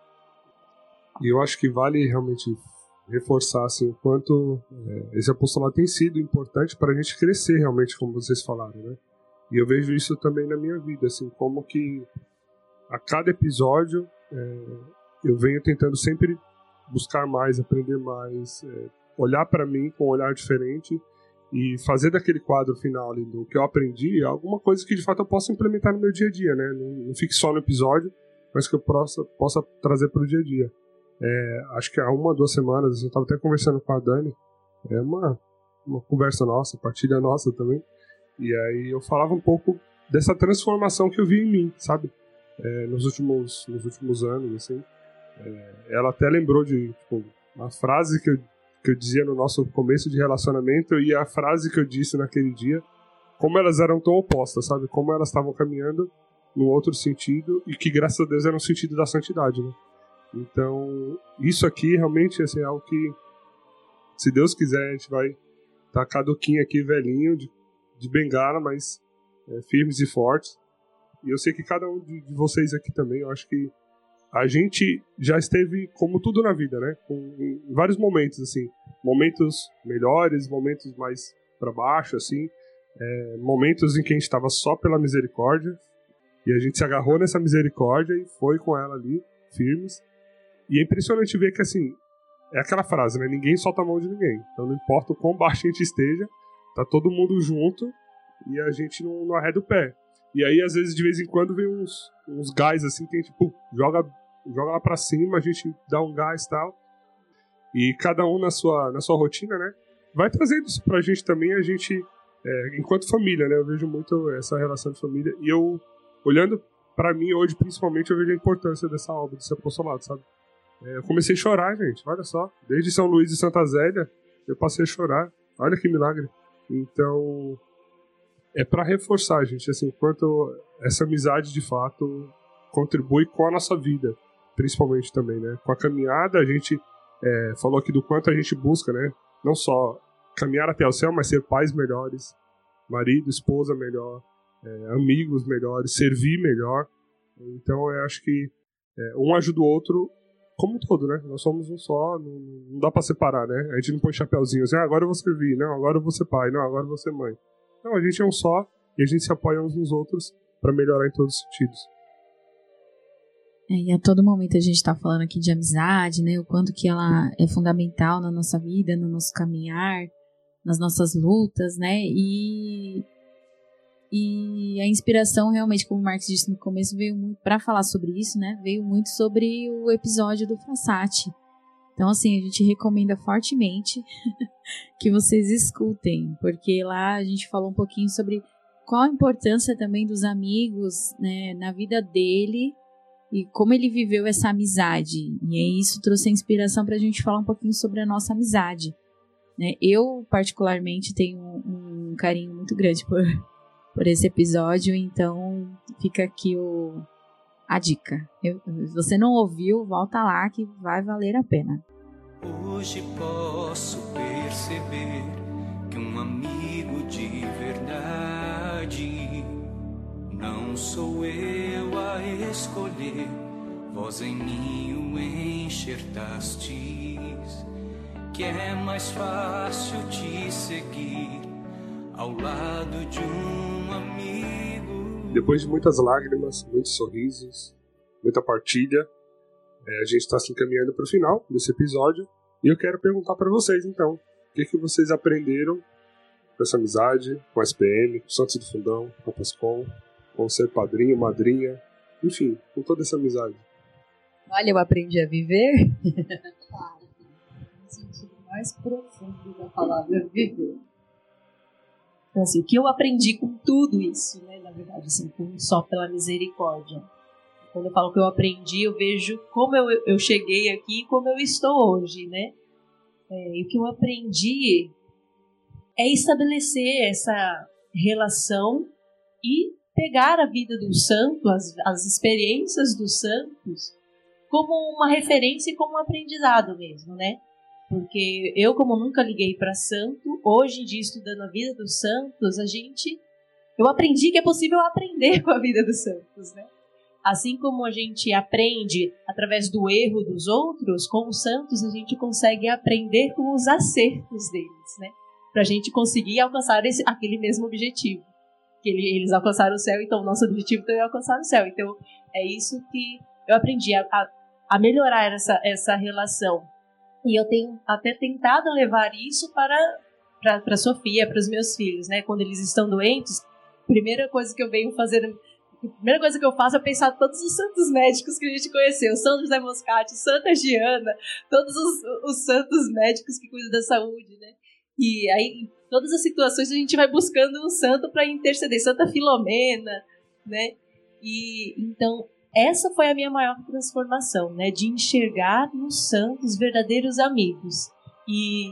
E eu acho que vale realmente reforçar assim, o quanto é, esse apostolado tem sido importante para a gente crescer realmente, como vocês falaram, né? E eu vejo isso também na minha vida, assim, como que a cada episódio é, eu venho tentando sempre buscar mais, aprender mais, é, olhar para mim com um olhar diferente e fazer daquele quadro final ali do que eu aprendi alguma coisa que de fato eu possa implementar no meu dia a dia, né? Não, não fique só no episódio, mas que eu possa, possa trazer para o dia a dia. É, acho que há uma, duas semanas, eu estava até conversando com a Dani, é uma, uma conversa nossa, partilha nossa também, e aí eu falava um pouco dessa transformação que eu vi em mim, sabe? É, nos, últimos, nos últimos anos, assim. É, ela até lembrou de tipo, uma frase que eu, que eu dizia no nosso começo de relacionamento e a frase que eu disse naquele dia, como elas eram tão opostas, sabe? Como elas estavam caminhando num outro sentido e que, graças a Deus, era no sentido da santidade, né? Então, isso aqui realmente assim, é algo que, se Deus quiser, a gente vai estar caduquinho aqui, velhinho, de, de bengala, mas é, firmes e fortes. E eu sei que cada um de, de vocês aqui também, eu acho que a gente já esteve, como tudo na vida, né? Com, em vários momentos, assim. Momentos melhores, momentos mais para baixo, assim. É, momentos em que a gente estava só pela misericórdia. E a gente se agarrou nessa misericórdia e foi com ela ali, firmes. E é impressionante ver que, assim, é aquela frase, né? Ninguém solta a mão de ninguém. Então não importa o quão baixo a gente esteja, tá todo mundo junto e a gente não, não arreda o pé. E aí, às vezes, de vez em quando, vem uns, uns gás, assim, que a gente pô, joga, joga lá pra cima, a gente dá um gás e tal. E cada um na sua, na sua rotina, né? Vai trazendo isso pra gente também, a gente, é, enquanto família, né? Eu vejo muito essa relação de família. E eu, olhando pra mim hoje, principalmente, eu vejo a importância dessa obra, desse apostolado, sabe? É, eu comecei a chorar, gente, olha só. Desde São Luís e Santa Zélia, eu passei a chorar. Olha que milagre. Então, é para reforçar, gente, assim, o quanto essa amizade, de fato, contribui com a nossa vida, principalmente também, né? Com a caminhada, a gente é, falou aqui do quanto a gente busca, né? Não só caminhar até o céu, mas ser pais melhores, marido, esposa melhor, é, amigos melhores, servir melhor. Então, eu acho que é, um ajuda o outro como um todo, né? Nós somos um só, não, não dá pra separar, né? A gente não põe chapéuzinho assim, ah, agora eu vou servir, não, agora eu vou ser pai, não, agora eu vou ser mãe. Não, a gente é um só e a gente se apoia uns nos outros pra melhorar em todos os sentidos. É, e a todo momento a gente tá falando aqui de amizade, né? O quanto que ela é fundamental na nossa vida, no nosso caminhar, nas nossas lutas, né? E... E a inspiração realmente, como o Marcos disse no começo, veio muito para falar sobre isso, né? Veio muito sobre o episódio do Frassati. Então, assim, a gente recomenda fortemente que vocês escutem, porque lá a gente falou um pouquinho sobre qual a importância também dos amigos, né, na vida dele e como ele viveu essa amizade. E aí isso trouxe a inspiração para a gente falar um pouquinho sobre a nossa amizade, né? Eu, particularmente, tenho um, um carinho muito grande por... por esse episódio, então fica aqui o, a dica. Eu, se você não ouviu, volta lá que vai valer a pena. Hoje posso perceber que um amigo de verdade não sou eu a escolher, vós em mim o enxertastes, que é mais fácil te seguir ao lado de um amigo. Depois de muitas lágrimas, muitos sorrisos, muita partilha, É, a gente está se encaminhando para o final desse episódio e eu quero perguntar para vocês, então, o que, que vocês aprenderam com essa amizade, com a S P M, com o Santos do Fundão, com a Pascom, com ser padrinho, madrinha, enfim, com toda essa amizade. Olha, eu aprendi a viver. Claro, no sentido mais profundo da palavra viver. Então, assim, o que eu aprendi com tudo isso, né, na verdade, assim, com só pela misericórdia. Quando eu falo que eu aprendi, eu vejo como eu, eu cheguei aqui e como eu estou hoje, né? É, e o que eu aprendi é estabelecer essa relação e pegar a vida do santo, as, as experiências dos santos, como uma referência e como um aprendizado mesmo, né? Porque eu, como nunca liguei para santo, hoje em dia, estudando a vida dos santos, a gente... Eu aprendi que é possível aprender com a vida dos santos, né? Assim como a gente aprende através do erro dos outros, com os santos a gente consegue aprender com os acertos deles, né? Para a gente conseguir alcançar esse, aquele mesmo objetivo. Que ele, eles alcançaram o céu, então o nosso objetivo também é alcançar o céu. Então é isso que eu aprendi, a, a, a melhorar essa, essa relação. E eu tenho até tentado levar isso para para para Sofia, para os meus filhos, né? Quando eles estão doentes, a primeira coisa que eu venho fazer, a primeira coisa que eu faço é pensar em todos os santos médicos que a gente conheceu, São José Moscati, Santa Giana, todos os, os santos médicos que cuidam da saúde, né? E aí, em todas as situações, a gente vai buscando um santo para interceder, Santa Filomena, né? E então essa foi a minha maior transformação, né? De enxergar nos santos verdadeiros amigos. E,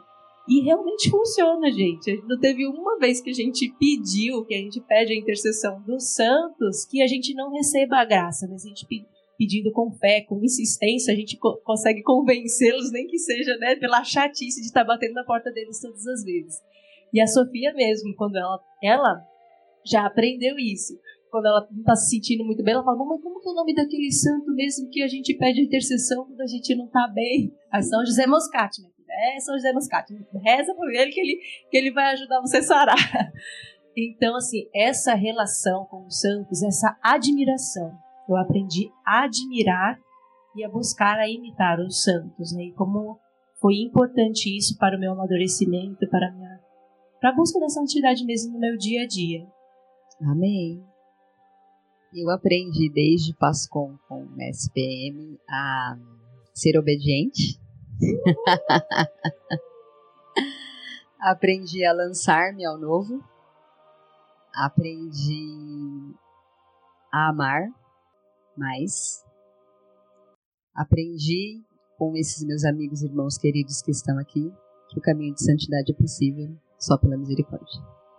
e realmente funciona, gente. Não teve uma vez que a gente pediu, que a gente pede a intercessão dos santos, que a gente não receba a graça, mas a gente pedindo com fé, com insistência, a gente co- consegue convencê-los, nem que seja, né, pela chatice de estar batendo na porta deles todas as vezes. E a Sofia mesmo, quando ela, ela já aprendeu isso, quando ela não está se sentindo muito bem, ela fala, mas como que é o nome daquele santo mesmo que a gente pede intercessão quando a gente não está bem? É São José Moscati, minha filha. É São José Moscati. Reza por ele que, ele que ele vai ajudar você a sarar. Então, assim, essa relação com os santos, essa admiração, eu aprendi a admirar e a buscar a imitar os santos, né? E como foi importante isso para o meu amadurecimento, para a minha, para a busca da santidade mesmo no meu dia a dia. Amém. Eu aprendi desde Pascom com S P M a ser obediente. Aprendi a lançar-me ao novo. Aprendi a amar mais. Aprendi com esses meus amigos e irmãos queridos que estão aqui que o caminho de santidade é possível só pela misericórdia.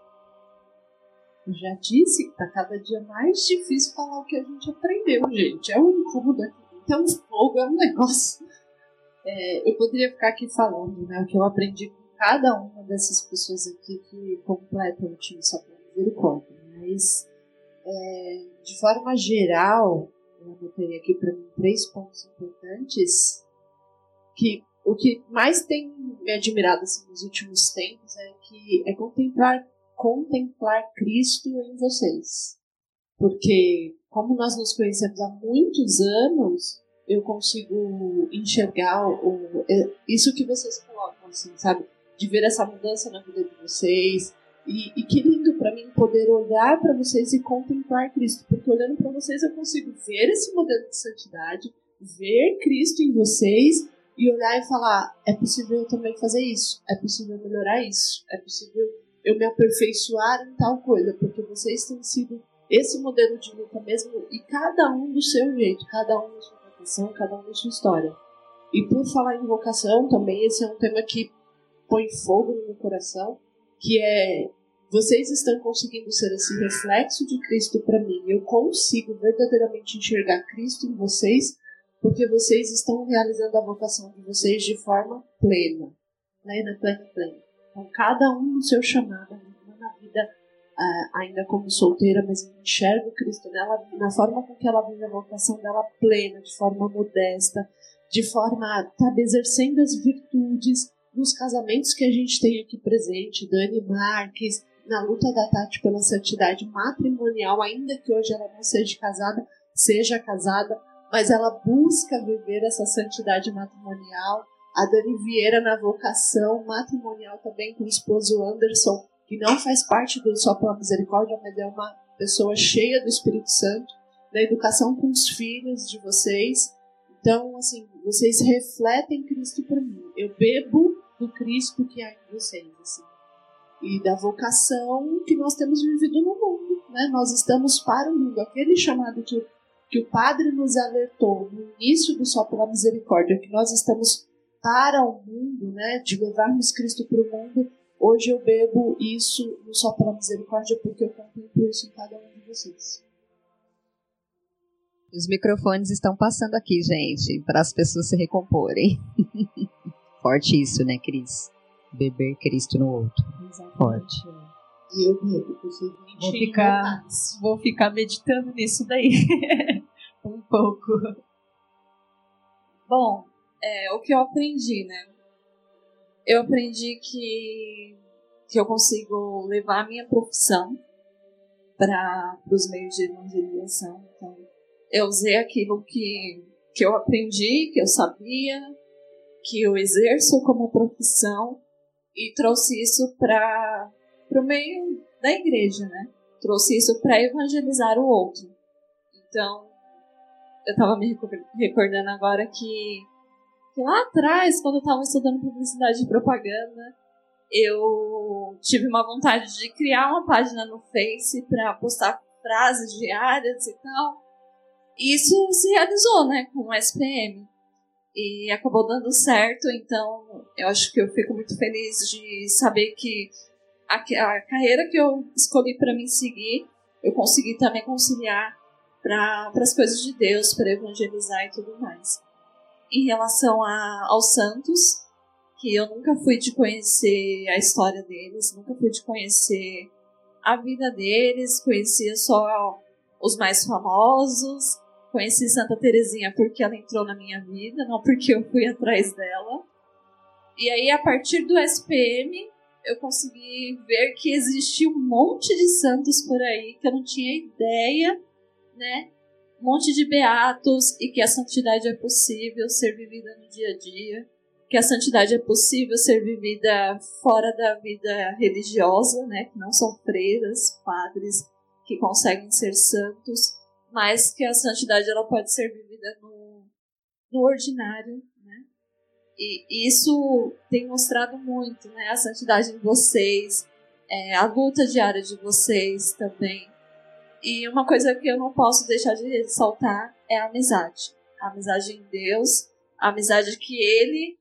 Eu já disse que está cada dia mais difícil falar o que a gente aprendeu, gente. É um incômodo aqui, é um fogo, é um negócio. É, eu poderia ficar aqui falando, né, o que eu aprendi com cada uma dessas pessoas aqui que completam o time só pela misericórdia. Mas, é, de forma geral, eu anotei aqui para mim três pontos importantes que o que mais tem me admirado assim, nos últimos tempos é que é contemplar contemplar Cristo em vocês. Porque, como nós nos conhecemos há muitos anos, eu consigo enxergar o, isso que vocês colocam, assim, sabe? De ver essa mudança na vida de vocês. E, e que lindo para mim poder olhar para vocês e contemplar Cristo. Porque olhando para vocês eu consigo ver esse modelo de santidade, ver Cristo em vocês e olhar e falar, é possível eu também fazer isso, é possível melhorar isso, é possível eu me aperfeiçoar em tal coisa, porque vocês têm sido esse modelo de luta mesmo, e cada um do seu jeito, cada um na sua vocação, cada um na sua história. E por falar em vocação também, esse é um tema que põe fogo no meu coração, que é, vocês estão conseguindo ser esse reflexo de Cristo para mim, eu consigo verdadeiramente enxergar Cristo em vocês, porque vocês estão realizando a vocação de vocês de forma plena, plena, plena, plena. Então, cada um no seu chamado, na vida, uh, ainda como solteira, mas eu enxergo Cristo nela, na forma com que ela vive a vocação dela plena, de forma modesta, de forma a estar exercendo as virtudes nos casamentos que a gente tem aqui presente, Dani Marques, na luta da Tati pela santidade matrimonial, ainda que hoje ela não seja casada, seja casada, mas ela busca viver essa santidade matrimonial. A Dani Vieira na vocação matrimonial também com o esposo Anderson, que não faz parte do Só pela Misericórdia, mas é uma pessoa cheia do Espírito Santo, da educação com os filhos de vocês. Então, assim, vocês refletem Cristo para mim. Eu bebo do Cristo que há em vocês, assim. E da vocação que nós temos vivido no mundo, né? Nós estamos para o mundo. Aquele chamado que, que o Padre nos alertou no início do Só pela Misericórdia, que nós estamos para o mundo, né? De levarmos Cristo para o mundo. Hoje eu bebo isso no Só pela Misericórdia porque eu contemplo isso em cada um de vocês. Os microfones estão passando aqui, gente, para as pessoas se recomporem. Forte isso, né, Cris? Beber Cristo no outro. Exatamente. Forte. E eu bebo, possivelmente. Vou ficar, vou ficar meditando nisso daí. Um pouco. Bom, é, o que eu aprendi, né? Eu aprendi que, que eu consigo levar a minha profissão para os meios de evangelização. Então, eu usei aquilo que, que eu aprendi, que eu sabia, que eu exerço como profissão e trouxe isso para o meio da igreja, né? Trouxe isso para evangelizar o outro. Então, eu estava me recordando agora que, que lá atrás, quando eu estava estudando publicidade e propaganda, eu tive uma vontade de criar uma página no Face para postar frases diárias e tal. E isso se realizou, né, com o S P M. E acabou dando certo, então eu acho que eu fico muito feliz de saber que a, a carreira que eu escolhi para mim seguir, eu consegui também conciliar para as coisas de Deus, para evangelizar e tudo mais. Em relação a, aos santos, que eu nunca fui de conhecer a história deles, nunca fui de conhecer a vida deles, conhecia só os mais famosos. Conheci Santa Teresinha porque ela entrou na minha vida, não porque eu fui atrás dela. E aí, a partir do S P M, eu consegui ver que existia um monte de santos por aí, que eu não tinha ideia, né? Um monte de beatos, e que a santidade é possível ser vivida no dia a dia, que a santidade é possível ser vivida fora da vida religiosa, né? Que não são freiras, padres, que conseguem ser santos, mas que a santidade ela pode ser vivida no, no ordinário, né? E isso tem mostrado muito, né? A santidade em vocês, é, a luta diária de vocês também. E uma coisa que eu não posso deixar de ressaltar é a amizade. A amizade em Deus, a amizade que Ele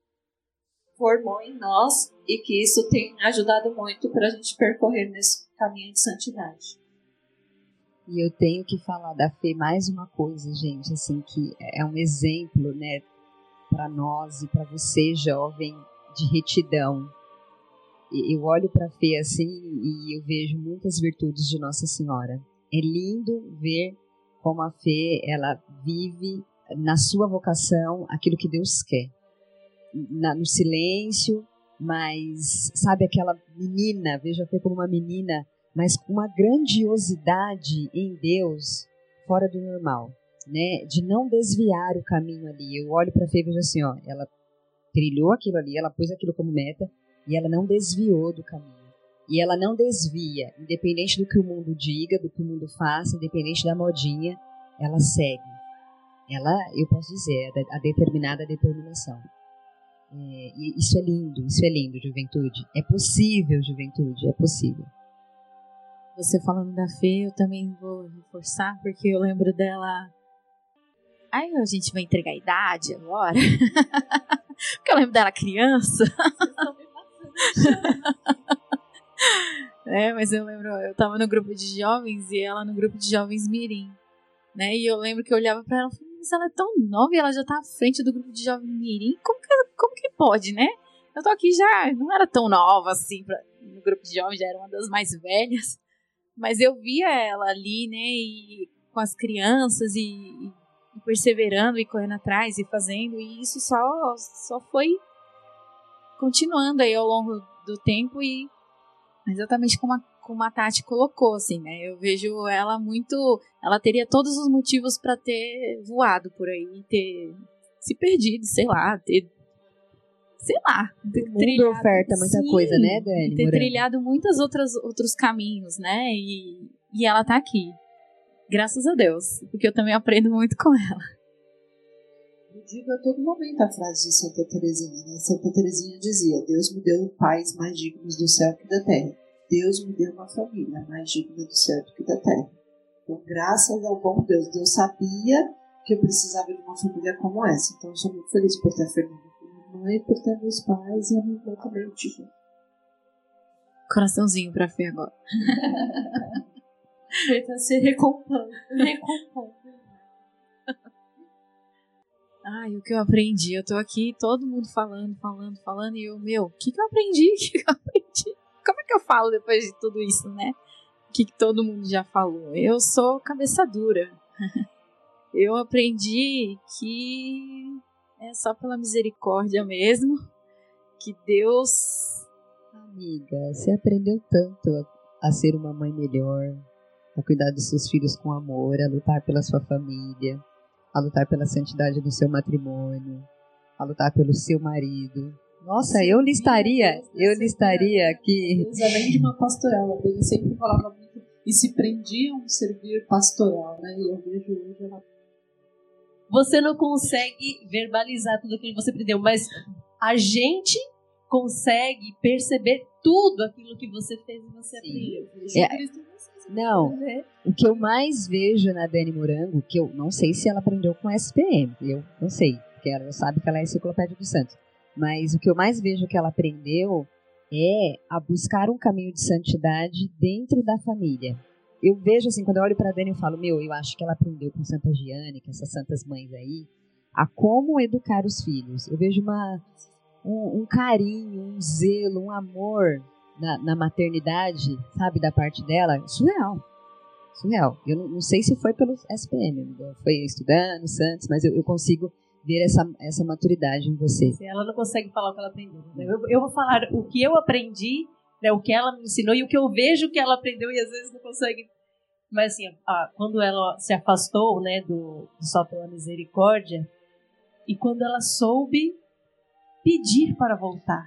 formou em nós e que isso tem ajudado muito para a gente percorrer nesse caminho de santidade. E eu tenho que falar da Fê mais uma coisa, gente, assim, que é um exemplo, né, para nós e para você, jovem, de retidão. Eu olho para a Fê assim e eu vejo muitas virtudes de Nossa Senhora. É lindo ver como a Fê, ela vive na sua vocação aquilo que Deus quer. Na, no silêncio, mas sabe aquela menina, vejo a Fê como uma menina, mas com uma grandiosidade em Deus fora do normal, né? De não desviar o caminho ali. Eu olho para a Fê e vejo assim, ó, ela trilhou aquilo ali, ela pôs aquilo como meta e ela não desviou do caminho. E ela não desvia, independente do que o mundo diga, do que o mundo faça, independente da modinha, ela segue. Ela, eu posso dizer, a determinada determinação. É, e isso é lindo, isso é lindo, juventude. É possível, juventude, é possível. Você falando da Fê, eu também vou reforçar, porque eu lembro dela... Aí a gente vai entregar a idade agora. Porque eu lembro dela criança. É, mas eu lembro, eu tava no grupo de jovens e ela no grupo de jovens mirim, né? E eu lembro que eu olhava pra ela e falei, mas ela é tão nova e ela já tá à frente do grupo de jovens mirim. Como que, como que pode, né? Eu tô aqui já, não era tão nova assim, pra, no grupo de jovens já era uma das mais velhas. Mas eu via ela ali, né, e com as crianças e, e perseverando e correndo atrás e fazendo, e isso só, só foi continuando aí ao longo do tempo e exatamente como a como a Tati colocou, assim, né? Eu vejo ela muito... Ela teria todos os motivos para ter voado por aí, ter se perdido, sei lá, ter... Sei lá. Ter o mundo trilhado, oferta muita sim, coisa, né, Dani? Ter Morango. Trilhado muitos outros caminhos, né? E, e ela tá aqui. Graças a Deus. Porque eu também aprendo muito com ela. Eu digo a todo momento a frase de Santa Teresinha, né? Santa Teresinha dizia: Deus me deu pais mais dignos do céu que da terra. Deus me deu uma família mais digna do céu do que da terra. Então, graças ao bom Deus, Deus sabia que eu precisava de uma família como essa. Então, eu sou muito feliz por ter a Fernanda como mãe, por ter meus pais e a minha irmã também, o Tijo. Coraçãozinho pra Fê agora. Fê tá se recompondo. Recompondo. Ai, o que eu aprendi? Eu tô aqui, todo mundo falando, falando, falando, e eu, meu, o que que eu aprendi? O que que eu aprendi? Como é que eu falo depois de tudo isso, né? O que que todo mundo já falou? Eu sou cabeça dura. Eu aprendi que é só pela misericórdia mesmo, que Deus... Amiga, você aprendeu tanto a, a ser uma mãe melhor, a cuidar dos seus filhos com amor, a lutar pela sua família, a lutar pela santidade do seu matrimônio, a lutar pelo seu marido. Nossa, Sim, eu listaria, Deus, eu listaria aqui... Deus, além de uma pastoral, ele sempre falava muito, e se prendia um servir pastoral, né? E eu vejo hoje ela... Você não consegue verbalizar tudo aquilo que você aprendeu, mas a gente consegue perceber tudo aquilo que você fez e você Sim. aprendeu. É. Não, o que eu mais vejo na Dani Morango, que eu não sei se ela aprendeu com S P M, eu não sei, porque ela sabe que ela é enciclopédia do santo, mas o que eu mais vejo que ela aprendeu é a buscar um caminho de santidade dentro da família. Eu vejo assim, quando eu olho pra Dani, eu falo, meu, eu acho que ela aprendeu com Santa Giane, com essas santas mães aí, a como educar os filhos. Eu vejo uma, um, um carinho, um zelo, um amor... Na, na maternidade, sabe, da parte dela, surreal. Surreal. Eu não, não sei se foi pelo S P M, foi estudando, Santos, mas eu, eu consigo ver essa, essa maturidade em você. Ela não consegue falar o que ela aprendeu. Né? Eu, eu vou falar o que eu aprendi, né, o que ela me ensinou e o que eu vejo que ela aprendeu e às vezes não consegue. Mas assim, ah, quando ela se afastou, né, do, do Só Pela Misericórdia, e quando ela soube pedir para voltar,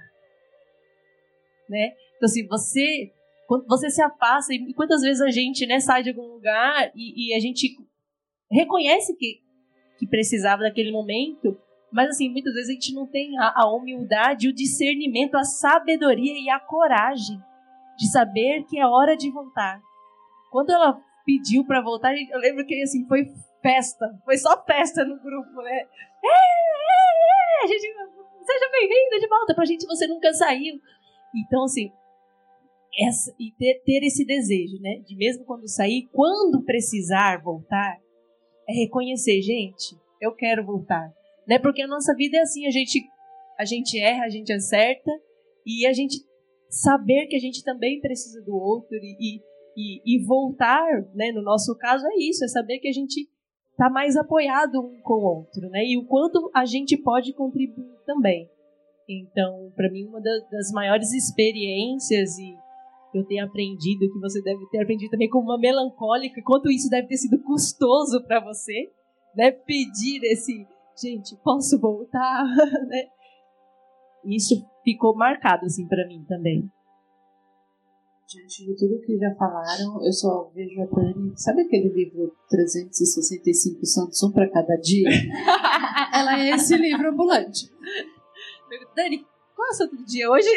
né? Então, assim, você, quando você se afasta, e quantas vezes a gente, né, sai de algum lugar e, e a gente reconhece que, que precisava daquele momento, mas, assim, muitas vezes a gente não tem a, a humildade, o discernimento, a sabedoria e a coragem de saber que é hora de voltar. Quando ela pediu para voltar, eu lembro que, assim, foi festa, foi só festa no grupo, né? É, é, é, a gente, seja bem-vinda de volta, pra gente você nunca saiu. Então, assim, essa, e ter, ter esse desejo, né? De mesmo quando sair, quando precisar voltar, é reconhecer, gente, eu quero voltar. Né? Porque a nossa vida é assim, a gente, a gente erra, a gente acerta, e a gente saber que a gente também precisa do outro, e, e, e voltar, né? No nosso caso é isso, é saber que a gente está mais apoiado um com o outro, né? E o quanto a gente pode contribuir também. Então, para mim, uma das maiores experiências, e eu tenho aprendido, que você deve ter aprendido também como uma melancólica, quanto isso deve ter sido custoso para você, né? Pedir esse, gente, posso voltar? Né? Isso ficou marcado, assim, para mim também. Diante de tudo que já falaram, eu só vejo a Dani... Sabe aquele livro trezentos e sessenta e cinco Santos, um para cada dia? Ela é esse livro ambulante. Dani, qual é o santo do dia hoje?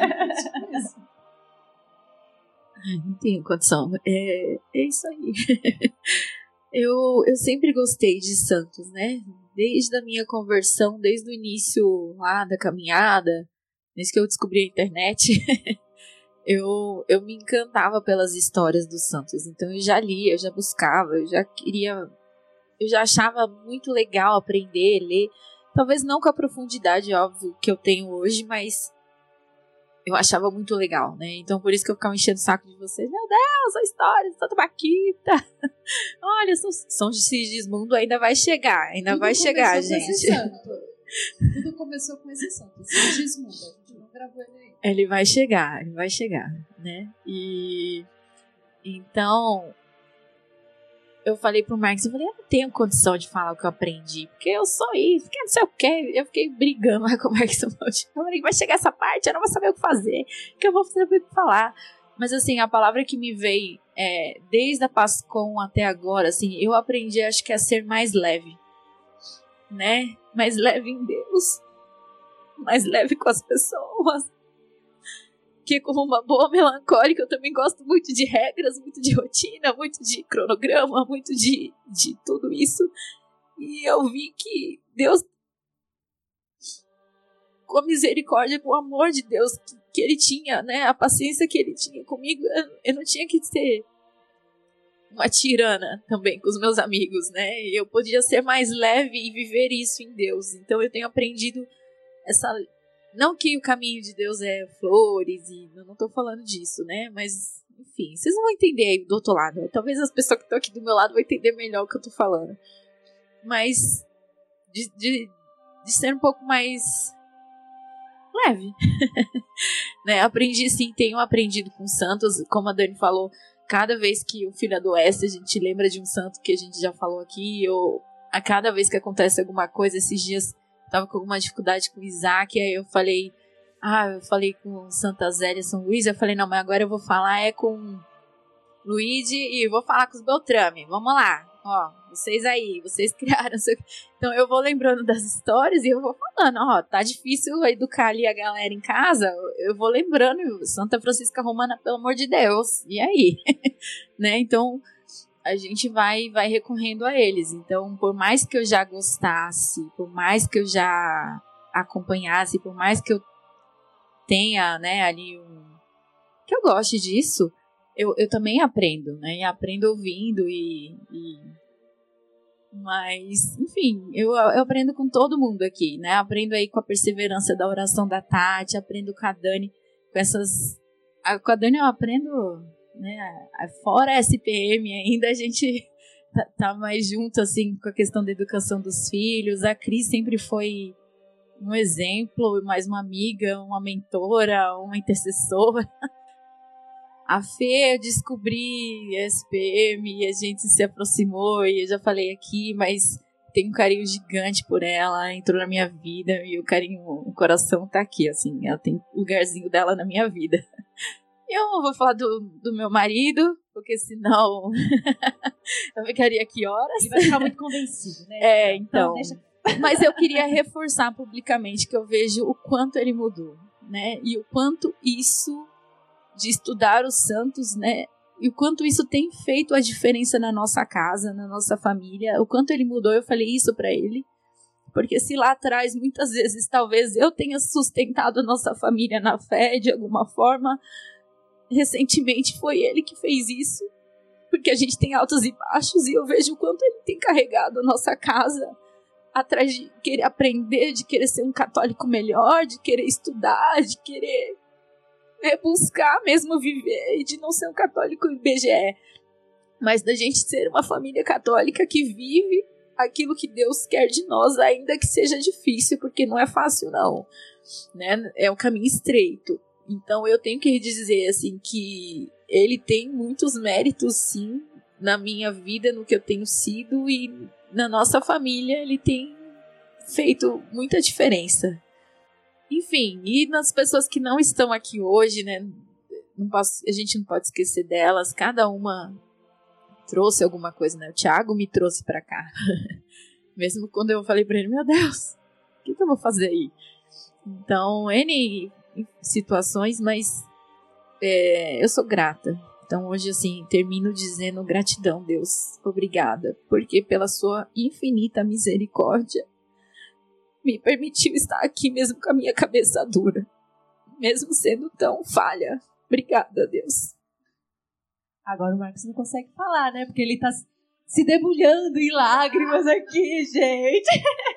Não tenho condição. É, é isso aí. Eu, eu sempre gostei de santos, né? Desde a minha conversão, desde o início lá da caminhada, desde que eu descobri a internet, eu, eu me encantava pelas histórias dos santos. Então eu já lia, eu já buscava, eu já queria... Eu já achava muito legal aprender, ler. Talvez não com a profundidade, óbvio, que eu tenho hoje, mas eu achava muito legal, né? Então, por isso que eu ficava enchendo o saco de vocês. Meu Deus, a história de Santa Baquita. Olha, São, São Sigismundo ainda vai chegar, ainda Tudo vai chegar, gente. Tudo começou com esse santo, São Sigismundo. A gente não gravou ele aí. Ele vai chegar, ele vai chegar, né? E então eu falei pro Marcos, eu falei, eu não tenho condição de falar o que eu aprendi, porque eu sou isso, que não sei o que. Eu fiquei brigando lá com o Marcos. Eu falei, vai chegar essa parte, eu não vou saber o que fazer, que eu vou saber o que falar. Mas assim, a palavra que me veio é, desde a Pascom até agora, assim, eu aprendi, acho que a ser mais leve, né? Mais leve em Deus, mais leve com as pessoas. Que como uma boa melancólica, eu também gosto muito de regras, muito de rotina, muito de cronograma, muito de, de tudo isso. E eu vi que Deus, com a misericórdia, com o amor de Deus que, que Ele tinha, né, a paciência que Ele tinha comigo, eu, eu não tinha que ser uma tirana também com os meus amigos, né? Eu podia ser mais leve e viver isso em Deus. Então eu tenho aprendido essa... Não que o caminho de Deus é flores, e eu não tô falando disso, né? Mas, enfim, vocês vão entender aí do outro lado. Talvez as pessoas que estão aqui do meu lado vão entender melhor o que eu tô falando. Mas de, de, de ser um pouco mais leve. Né? Aprendi sim, tenho aprendido com santos, como a Dani falou, cada vez que o filho adoece, a gente lembra de um santo que a gente já falou aqui, ou a cada vez que acontece alguma coisa, esses dias tava com alguma dificuldade com o Isaac, aí eu falei, ah, eu falei com Santa Zélia, São Luís, eu falei, não, mas agora eu vou falar é com Luigi e vou falar com os Beltrame, vamos lá, ó, vocês aí, vocês criaram, então eu vou lembrando das histórias e eu vou falando, ó, tá difícil educar ali a galera em casa, eu vou lembrando, Santa Francisca Romana, pelo amor de Deus, e aí, né, então a gente vai, vai recorrendo a eles. Então, por mais que eu já gostasse, por mais que eu já acompanhasse, por mais que eu tenha, né, ali um... que eu goste disso, eu, eu também aprendo, né? E aprendo ouvindo e... e... Mas, enfim, eu, eu aprendo com todo mundo aqui, né? Aprendo aí com a perseverança da oração da Tati, aprendo com a Dani, com essas... Com a Dani eu aprendo... Né, fora a S P M ainda a gente tá, tá mais junto assim com a questão da educação dos filhos. A Cris sempre foi um exemplo, mais uma amiga, uma mentora, uma intercessora. A Fê, eu descobri a S P M e a gente se aproximou e eu já falei aqui, mas tenho um carinho gigante por ela, entrou na minha vida e o carinho, o coração tá aqui, assim, ela tem um lugarzinho dela na minha vida. Eu não vou falar do, do meu marido, porque senão eu ficaria aqui horas. Ele vai ficar muito convencido, né? É, então. então deixa... Mas eu queria reforçar publicamente que eu vejo o quanto ele mudou, né? E o quanto isso de estudar os santos, né? E o quanto isso tem feito a diferença na nossa casa, na nossa família. O quanto ele mudou, eu falei isso pra ele. Porque se lá atrás, muitas vezes, talvez eu tenha sustentado a nossa família na fé de alguma forma... Recentemente foi ele que fez isso, porque a gente tem altos e baixos e eu vejo o quanto ele tem carregado a nossa casa atrás de querer aprender, de querer ser um católico melhor, de querer estudar, de querer né, buscar mesmo viver e de não ser um católico I B G E, mas da gente ser uma família católica que vive aquilo que Deus quer de nós, ainda que seja difícil, porque não é fácil não, né? É um caminho estreito. Então eu tenho que dizer assim que ele tem muitos méritos sim na minha vida, no que eu tenho sido e na nossa família ele tem feito muita diferença. Enfim, e nas pessoas que não estão aqui hoje, né, não posso, a gente não pode esquecer delas, cada uma trouxe alguma coisa, né, o Thiago me trouxe pra cá, mesmo quando eu falei pra ele, meu Deus, o que, que eu vou fazer aí? Então, N situações, mas é, eu sou grata. Então hoje assim, termino dizendo gratidão, Deus, obrigada, porque pela sua infinita misericórdia me permitiu estar aqui mesmo com a minha cabeça dura, mesmo sendo tão falha. Obrigada, Deus. Agora o Marcos não consegue falar, né? Porque ele tá se debulhando em lágrimas aqui, gente.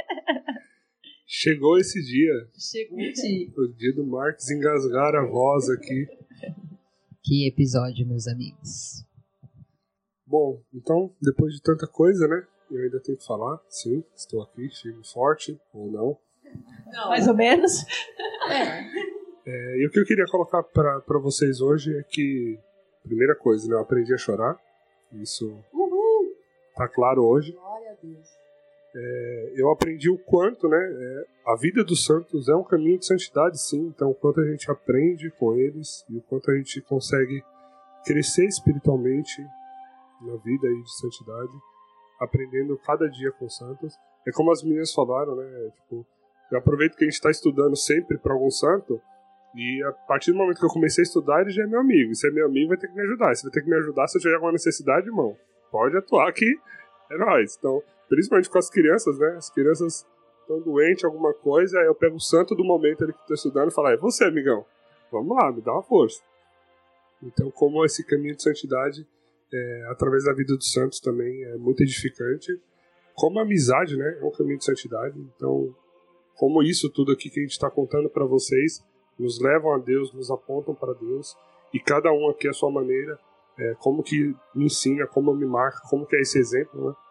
Chegou esse dia. Chegou o dia. O dia do Marcos engasgar a voz aqui. Que episódio, meus amigos. Bom, então, depois de tanta coisa, né? Eu ainda tenho que falar. Sim, estou aqui, chego forte ou não. Não. Mais ou menos. É. É, e o que eu queria colocar para vocês hoje é que, primeira coisa, né, eu aprendi a chorar. Isso Uhul. Tá claro hoje. Glória a Deus. É, eu aprendi o quanto, né, é, a vida dos santos é um caminho de santidade, sim. Então, o quanto a gente aprende com eles e o quanto a gente consegue crescer espiritualmente na vida aí de santidade, aprendendo cada dia com os santos. É como as meninas falaram, né? Tipo, eu aproveito que a gente está estudando sempre para algum santo, e a partir do momento que eu comecei a estudar, ele já é meu amigo. E se é meu amigo, vai ter que me ajudar. Se vai ter que me ajudar, se eu tiver alguma necessidade, irmão, pode atuar que é nóis. Então, principalmente com as crianças, né? As crianças estão doentes, alguma coisa, aí eu pego o santo do momento ali que estou estudando e falo, é você, amigão, vamos lá, me dá uma força. Então, como esse caminho de santidade, é, através da vida dos santos também é muito edificante. Como a amizade, né, é um caminho de santidade. Então, como isso tudo aqui que a gente está contando para vocês nos levam a Deus, nos apontam para Deus, e cada um aqui a sua maneira, é, como que me ensina, como me marca, como que é esse exemplo, né?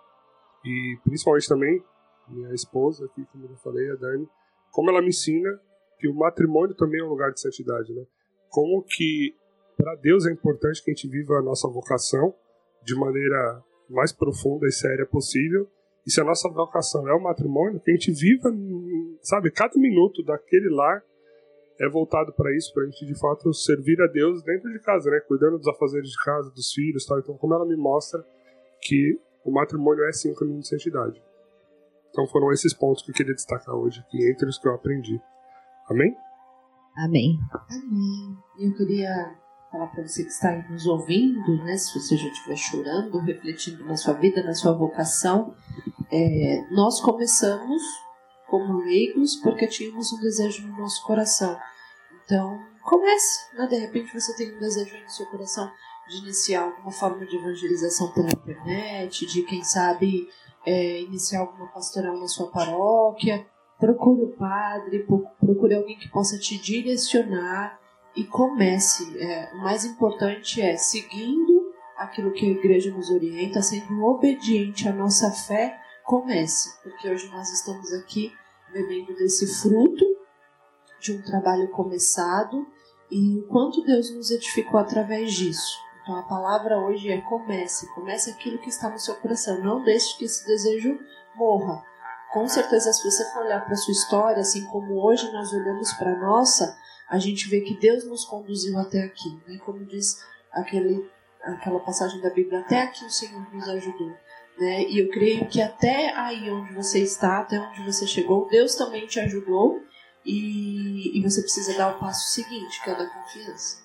E principalmente também minha esposa aqui, como eu falei, a Dani, como ela me ensina que o matrimônio também é um lugar de santidade, né? Como que para Deus é importante que a gente viva a nossa vocação de maneira mais profunda e séria possível. E se a nossa vocação é o matrimônio, que a gente viva, sabe, cada minuto daquele lar é voltado para isso, para a gente de fato servir a Deus dentro de casa, né? Cuidando dos afazeres de casa, dos filhos, tal. Então, como ela me mostra que o matrimônio é sim um caminho de santidade. Então, foram esses pontos que eu queria destacar hoje aqui, entre os que eu aprendi. Amém? Amém. Amém. Eu queria falar para você que está aí nos ouvindo, né? Se você já estiver chorando, refletindo na sua vida, na sua vocação, é, nós começamos como leigos porque tínhamos um desejo no nosso coração. Então, comece, né? De repente você tem um desejo no seu coração de iniciar alguma forma de evangelização pela internet, de, quem sabe, é, iniciar alguma pastoral na sua paróquia. Procure o padre, procure alguém que possa te direcionar e comece. É, o mais importante é seguindo aquilo que a igreja nos orienta, sendo obediente à nossa fé, comece. Porque hoje nós estamos aqui bebendo desse fruto de um trabalho começado e o quanto Deus nos edificou através disso. Então a palavra hoje é comece. Comece aquilo que está no seu coração. Não deixe que esse desejo morra. Com certeza, se você for olhar para a sua história, assim como hoje nós olhamos para a nossa, a gente vê que Deus nos conduziu até aqui, né? Como diz aquele, aquela passagem da Bíblia, até aqui o Senhor nos ajudou, né? E eu creio que até aí onde você está, até onde você chegou, Deus também te ajudou, e, e você precisa dar o passo seguinte, que é o da confiança.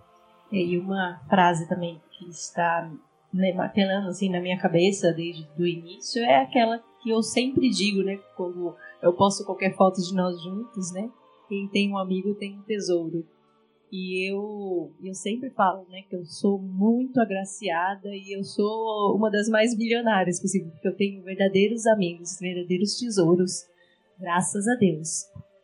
E uma frase também que está, né, martelando assim na minha cabeça desde o início é aquela que eu sempre digo, né, quando eu posto qualquer foto de nós juntos, né, quem tem um amigo tem um tesouro. E eu, eu sempre falo, né, que eu sou muito agraciada e eu sou uma das mais milionárias possível, porque eu tenho verdadeiros amigos, verdadeiros tesouros, graças a Deus.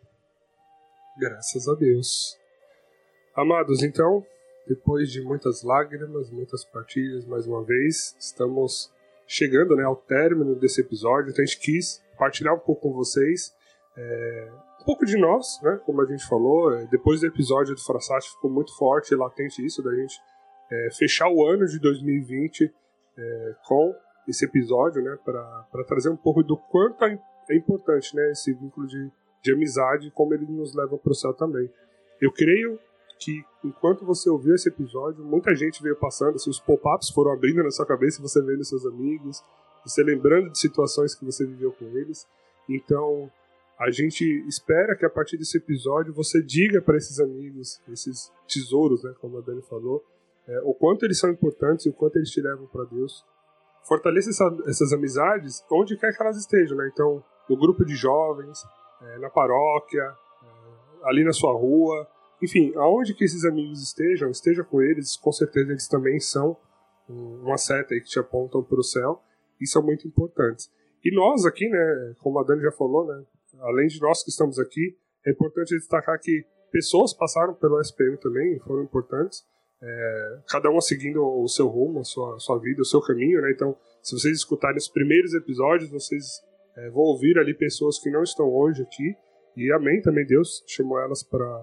Graças a Deus. Amados, então, depois de muitas lágrimas, muitas partilhas, mais uma vez, estamos chegando, né, ao término desse episódio. Então a gente quis partilhar um pouco com vocês, é, um pouco de nós, né, como a gente falou. Depois do episódio do Frassat ficou muito forte e latente isso da gente é, fechar o ano de dois mil e vinte é, com esse episódio, né, para trazer um pouco do quanto é importante, né, esse vínculo de, de amizade e como ele nos leva para o céu também. Eu creio que enquanto você ouviu esse episódio, muita gente veio passando, assim, os pop-ups foram abrindo na sua cabeça, você vendo seus amigos, você lembrando de situações que você viveu com eles. Então, a gente espera que a partir desse episódio você diga para esses amigos, esses tesouros, né, como a Dani falou, é, o quanto eles são importantes e o quanto eles te levam para Deus. Fortaleça essa, essas amizades onde quer que elas estejam, né? Então, no grupo de jovens, é, na paróquia, é, ali na sua rua. Enfim, aonde que esses amigos estejam, esteja com eles, com certeza eles também são uma seta aí que te apontam para o céu, e são muito importantes. E nós aqui, né, como a Dani já falou, né, além de nós que estamos aqui, é importante destacar que pessoas passaram pelo S P M também, foram importantes, é, cada uma seguindo o seu rumo, a sua, a sua vida, o seu caminho, né? Então, se vocês escutarem os primeiros episódios, vocês é, vão ouvir ali pessoas que não estão hoje aqui, e amém, também Deus chamou elas para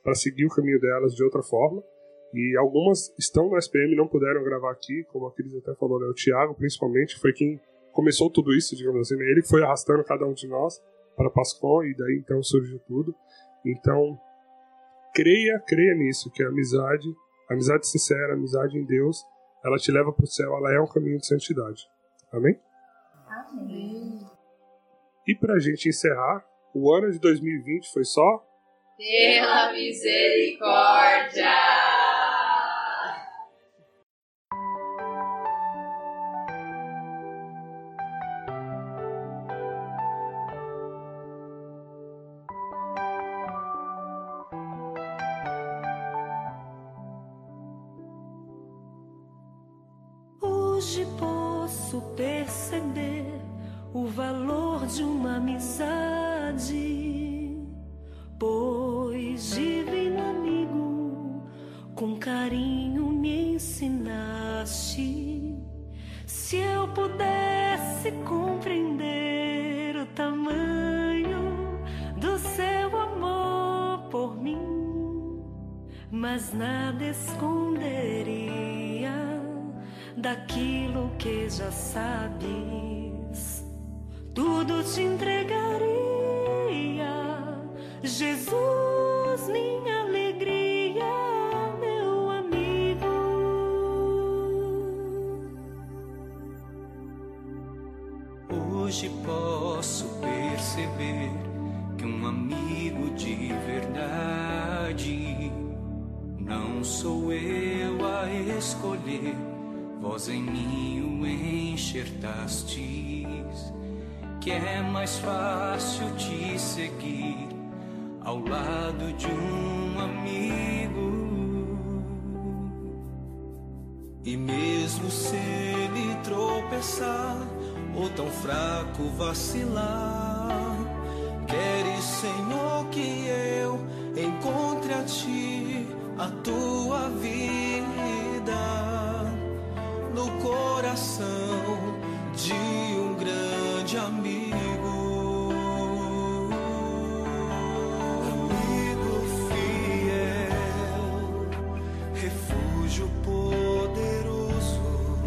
para seguir o caminho delas de outra forma. E algumas estão no S P M, não puderam gravar aqui, como a Cris até falou, né? O Thiago, principalmente, foi quem começou tudo isso, digamos assim, né? Ele foi arrastando cada um de nós para Pascom, e daí então surgiu tudo. Então, creia, creia nisso, que a amizade, a amizade sincera, a amizade em Deus, ela te leva para o céu, ela é um caminho de santidade. Amém? Amém. E pra gente encerrar, o ano de dois mil e vinte foi só... Pela misericórdia! Hoje posso perceber o valor de uma amizade, pois divino amigo, com carinho me ensinaste. Se eu pudesse compreender o tamanho do seu amor por mim, mas nada esconderia daquilo que já sabes, tudo te entregaria, Jesus, minha alegria, meu amigo. Hoje posso perceber que um amigo de verdade não sou eu a escolher. Vós em mim o enxertastes, que é mais fácil te seguir ao lado de um amigo. E mesmo se ele tropeçar ou tão fraco vacilar, queres, Senhor, que eu encontre a ti a tua vida no coração de um grande amigo, amigo fiel, refúgio poderoso.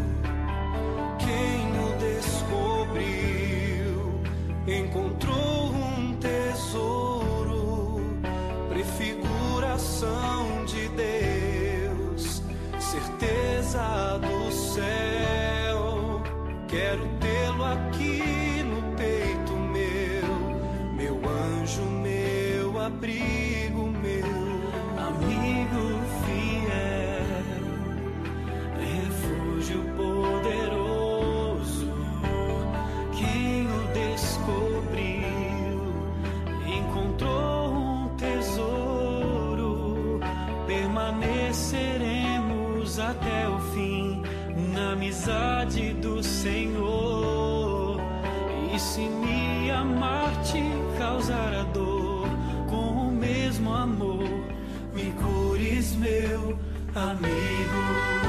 Quem o descobriu encontrou um tesouro, prefiguração de Deus, certeza do céu. Quero tê-lo aqui no peito meu, meu anjo, meu abrigo, meu amigo fiel, refúgio poderoso. Quem o descobriu encontrou um tesouro, permaneceremos até o fim na amizade do Senhor. E se me amar te causar a dor, com o mesmo amor me cures, meu amigo.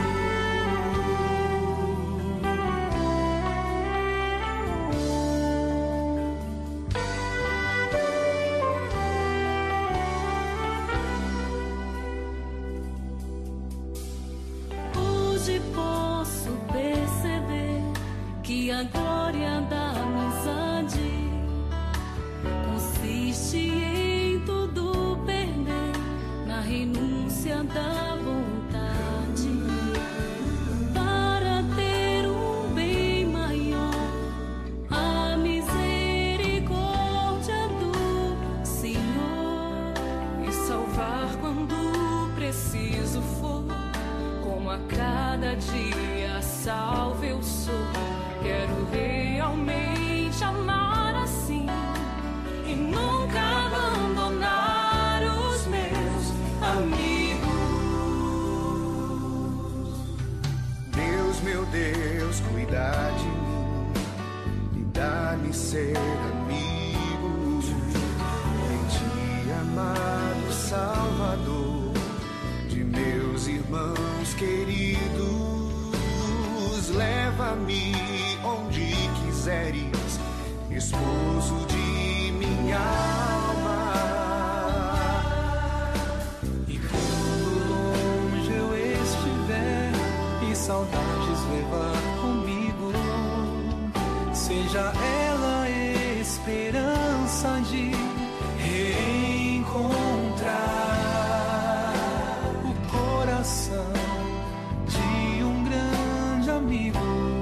Hoje posso perceber que a glória da amizade consiste em tudo perder, na renúncia da vontade, para ter um bem maior, a misericórdia do Senhor, e salvar quando preciso for, como a cada dia salvo eu sou. Quero realmente amar assim e nunca abandonar os meus amigos. Deus, meu Deus, cuida de mim e dá-me ser amigo em ti, amado Salvador de meus irmãos queridos. Leva-me onde quiseres, esposo de minha alma. saudades levar comigo. Seja ela a esperança de reencontrar o coração de um grande amigo.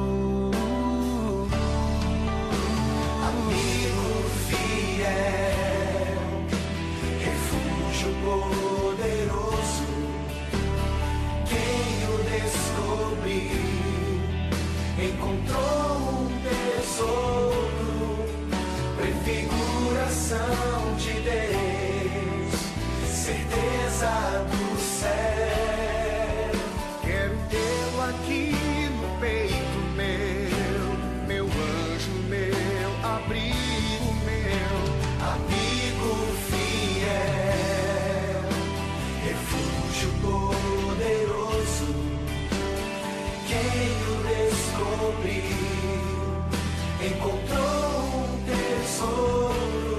Amigo fiel, refúgio poderoso, quem o descobriu encontrou um tesouro, prefiguração de Deus, certeza do céu. Quero tê-lo aqui no peito meu, meu anjo, meu abrigo, meu amigo fiel, refúgio poderoso, quem o descobriu encontrou um tesouro,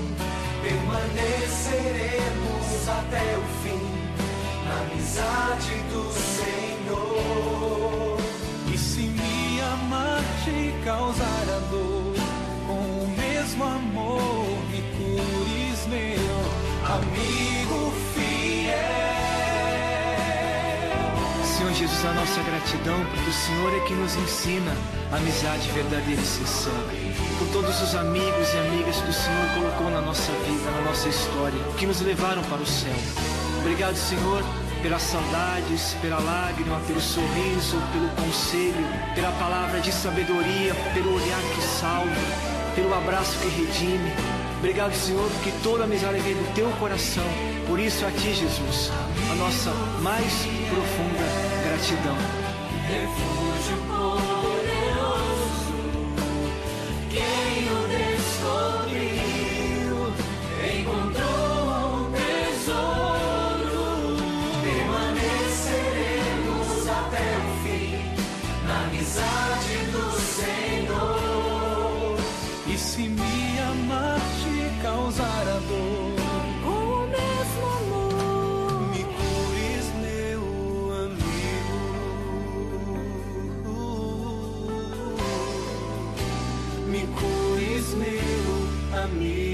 permaneceremos até o fim na amizade do Senhor. E se me amar te causar a dor, com o mesmo amor me cures, meu amigo fiel. Senhor Jesus, a nossa gratidão, porque o Senhor é que nos ensina a amizade verdadeira e sincera. Por todos os amigos e amigas que o Senhor colocou na nossa vida, na nossa história, que nos levaram para o céu. Obrigado, Senhor, pelas saudades, pela lágrima, pelo sorriso, pelo conselho, pela palavra de sabedoria, pelo olhar que salva, pelo abraço que redime. Obrigado, Senhor, porque toda amizade vem do teu coração. Por isso, a ti, Jesus, a nossa mais profunda gratidão. Refúgio poderoso, quem o descobriu encontrou um tesouro, permaneceremos até o fim na amizade do Senhor. E se me amar te causar a dor, com o mesmo amor me cures, meu amigo. Me cures, meu amigo.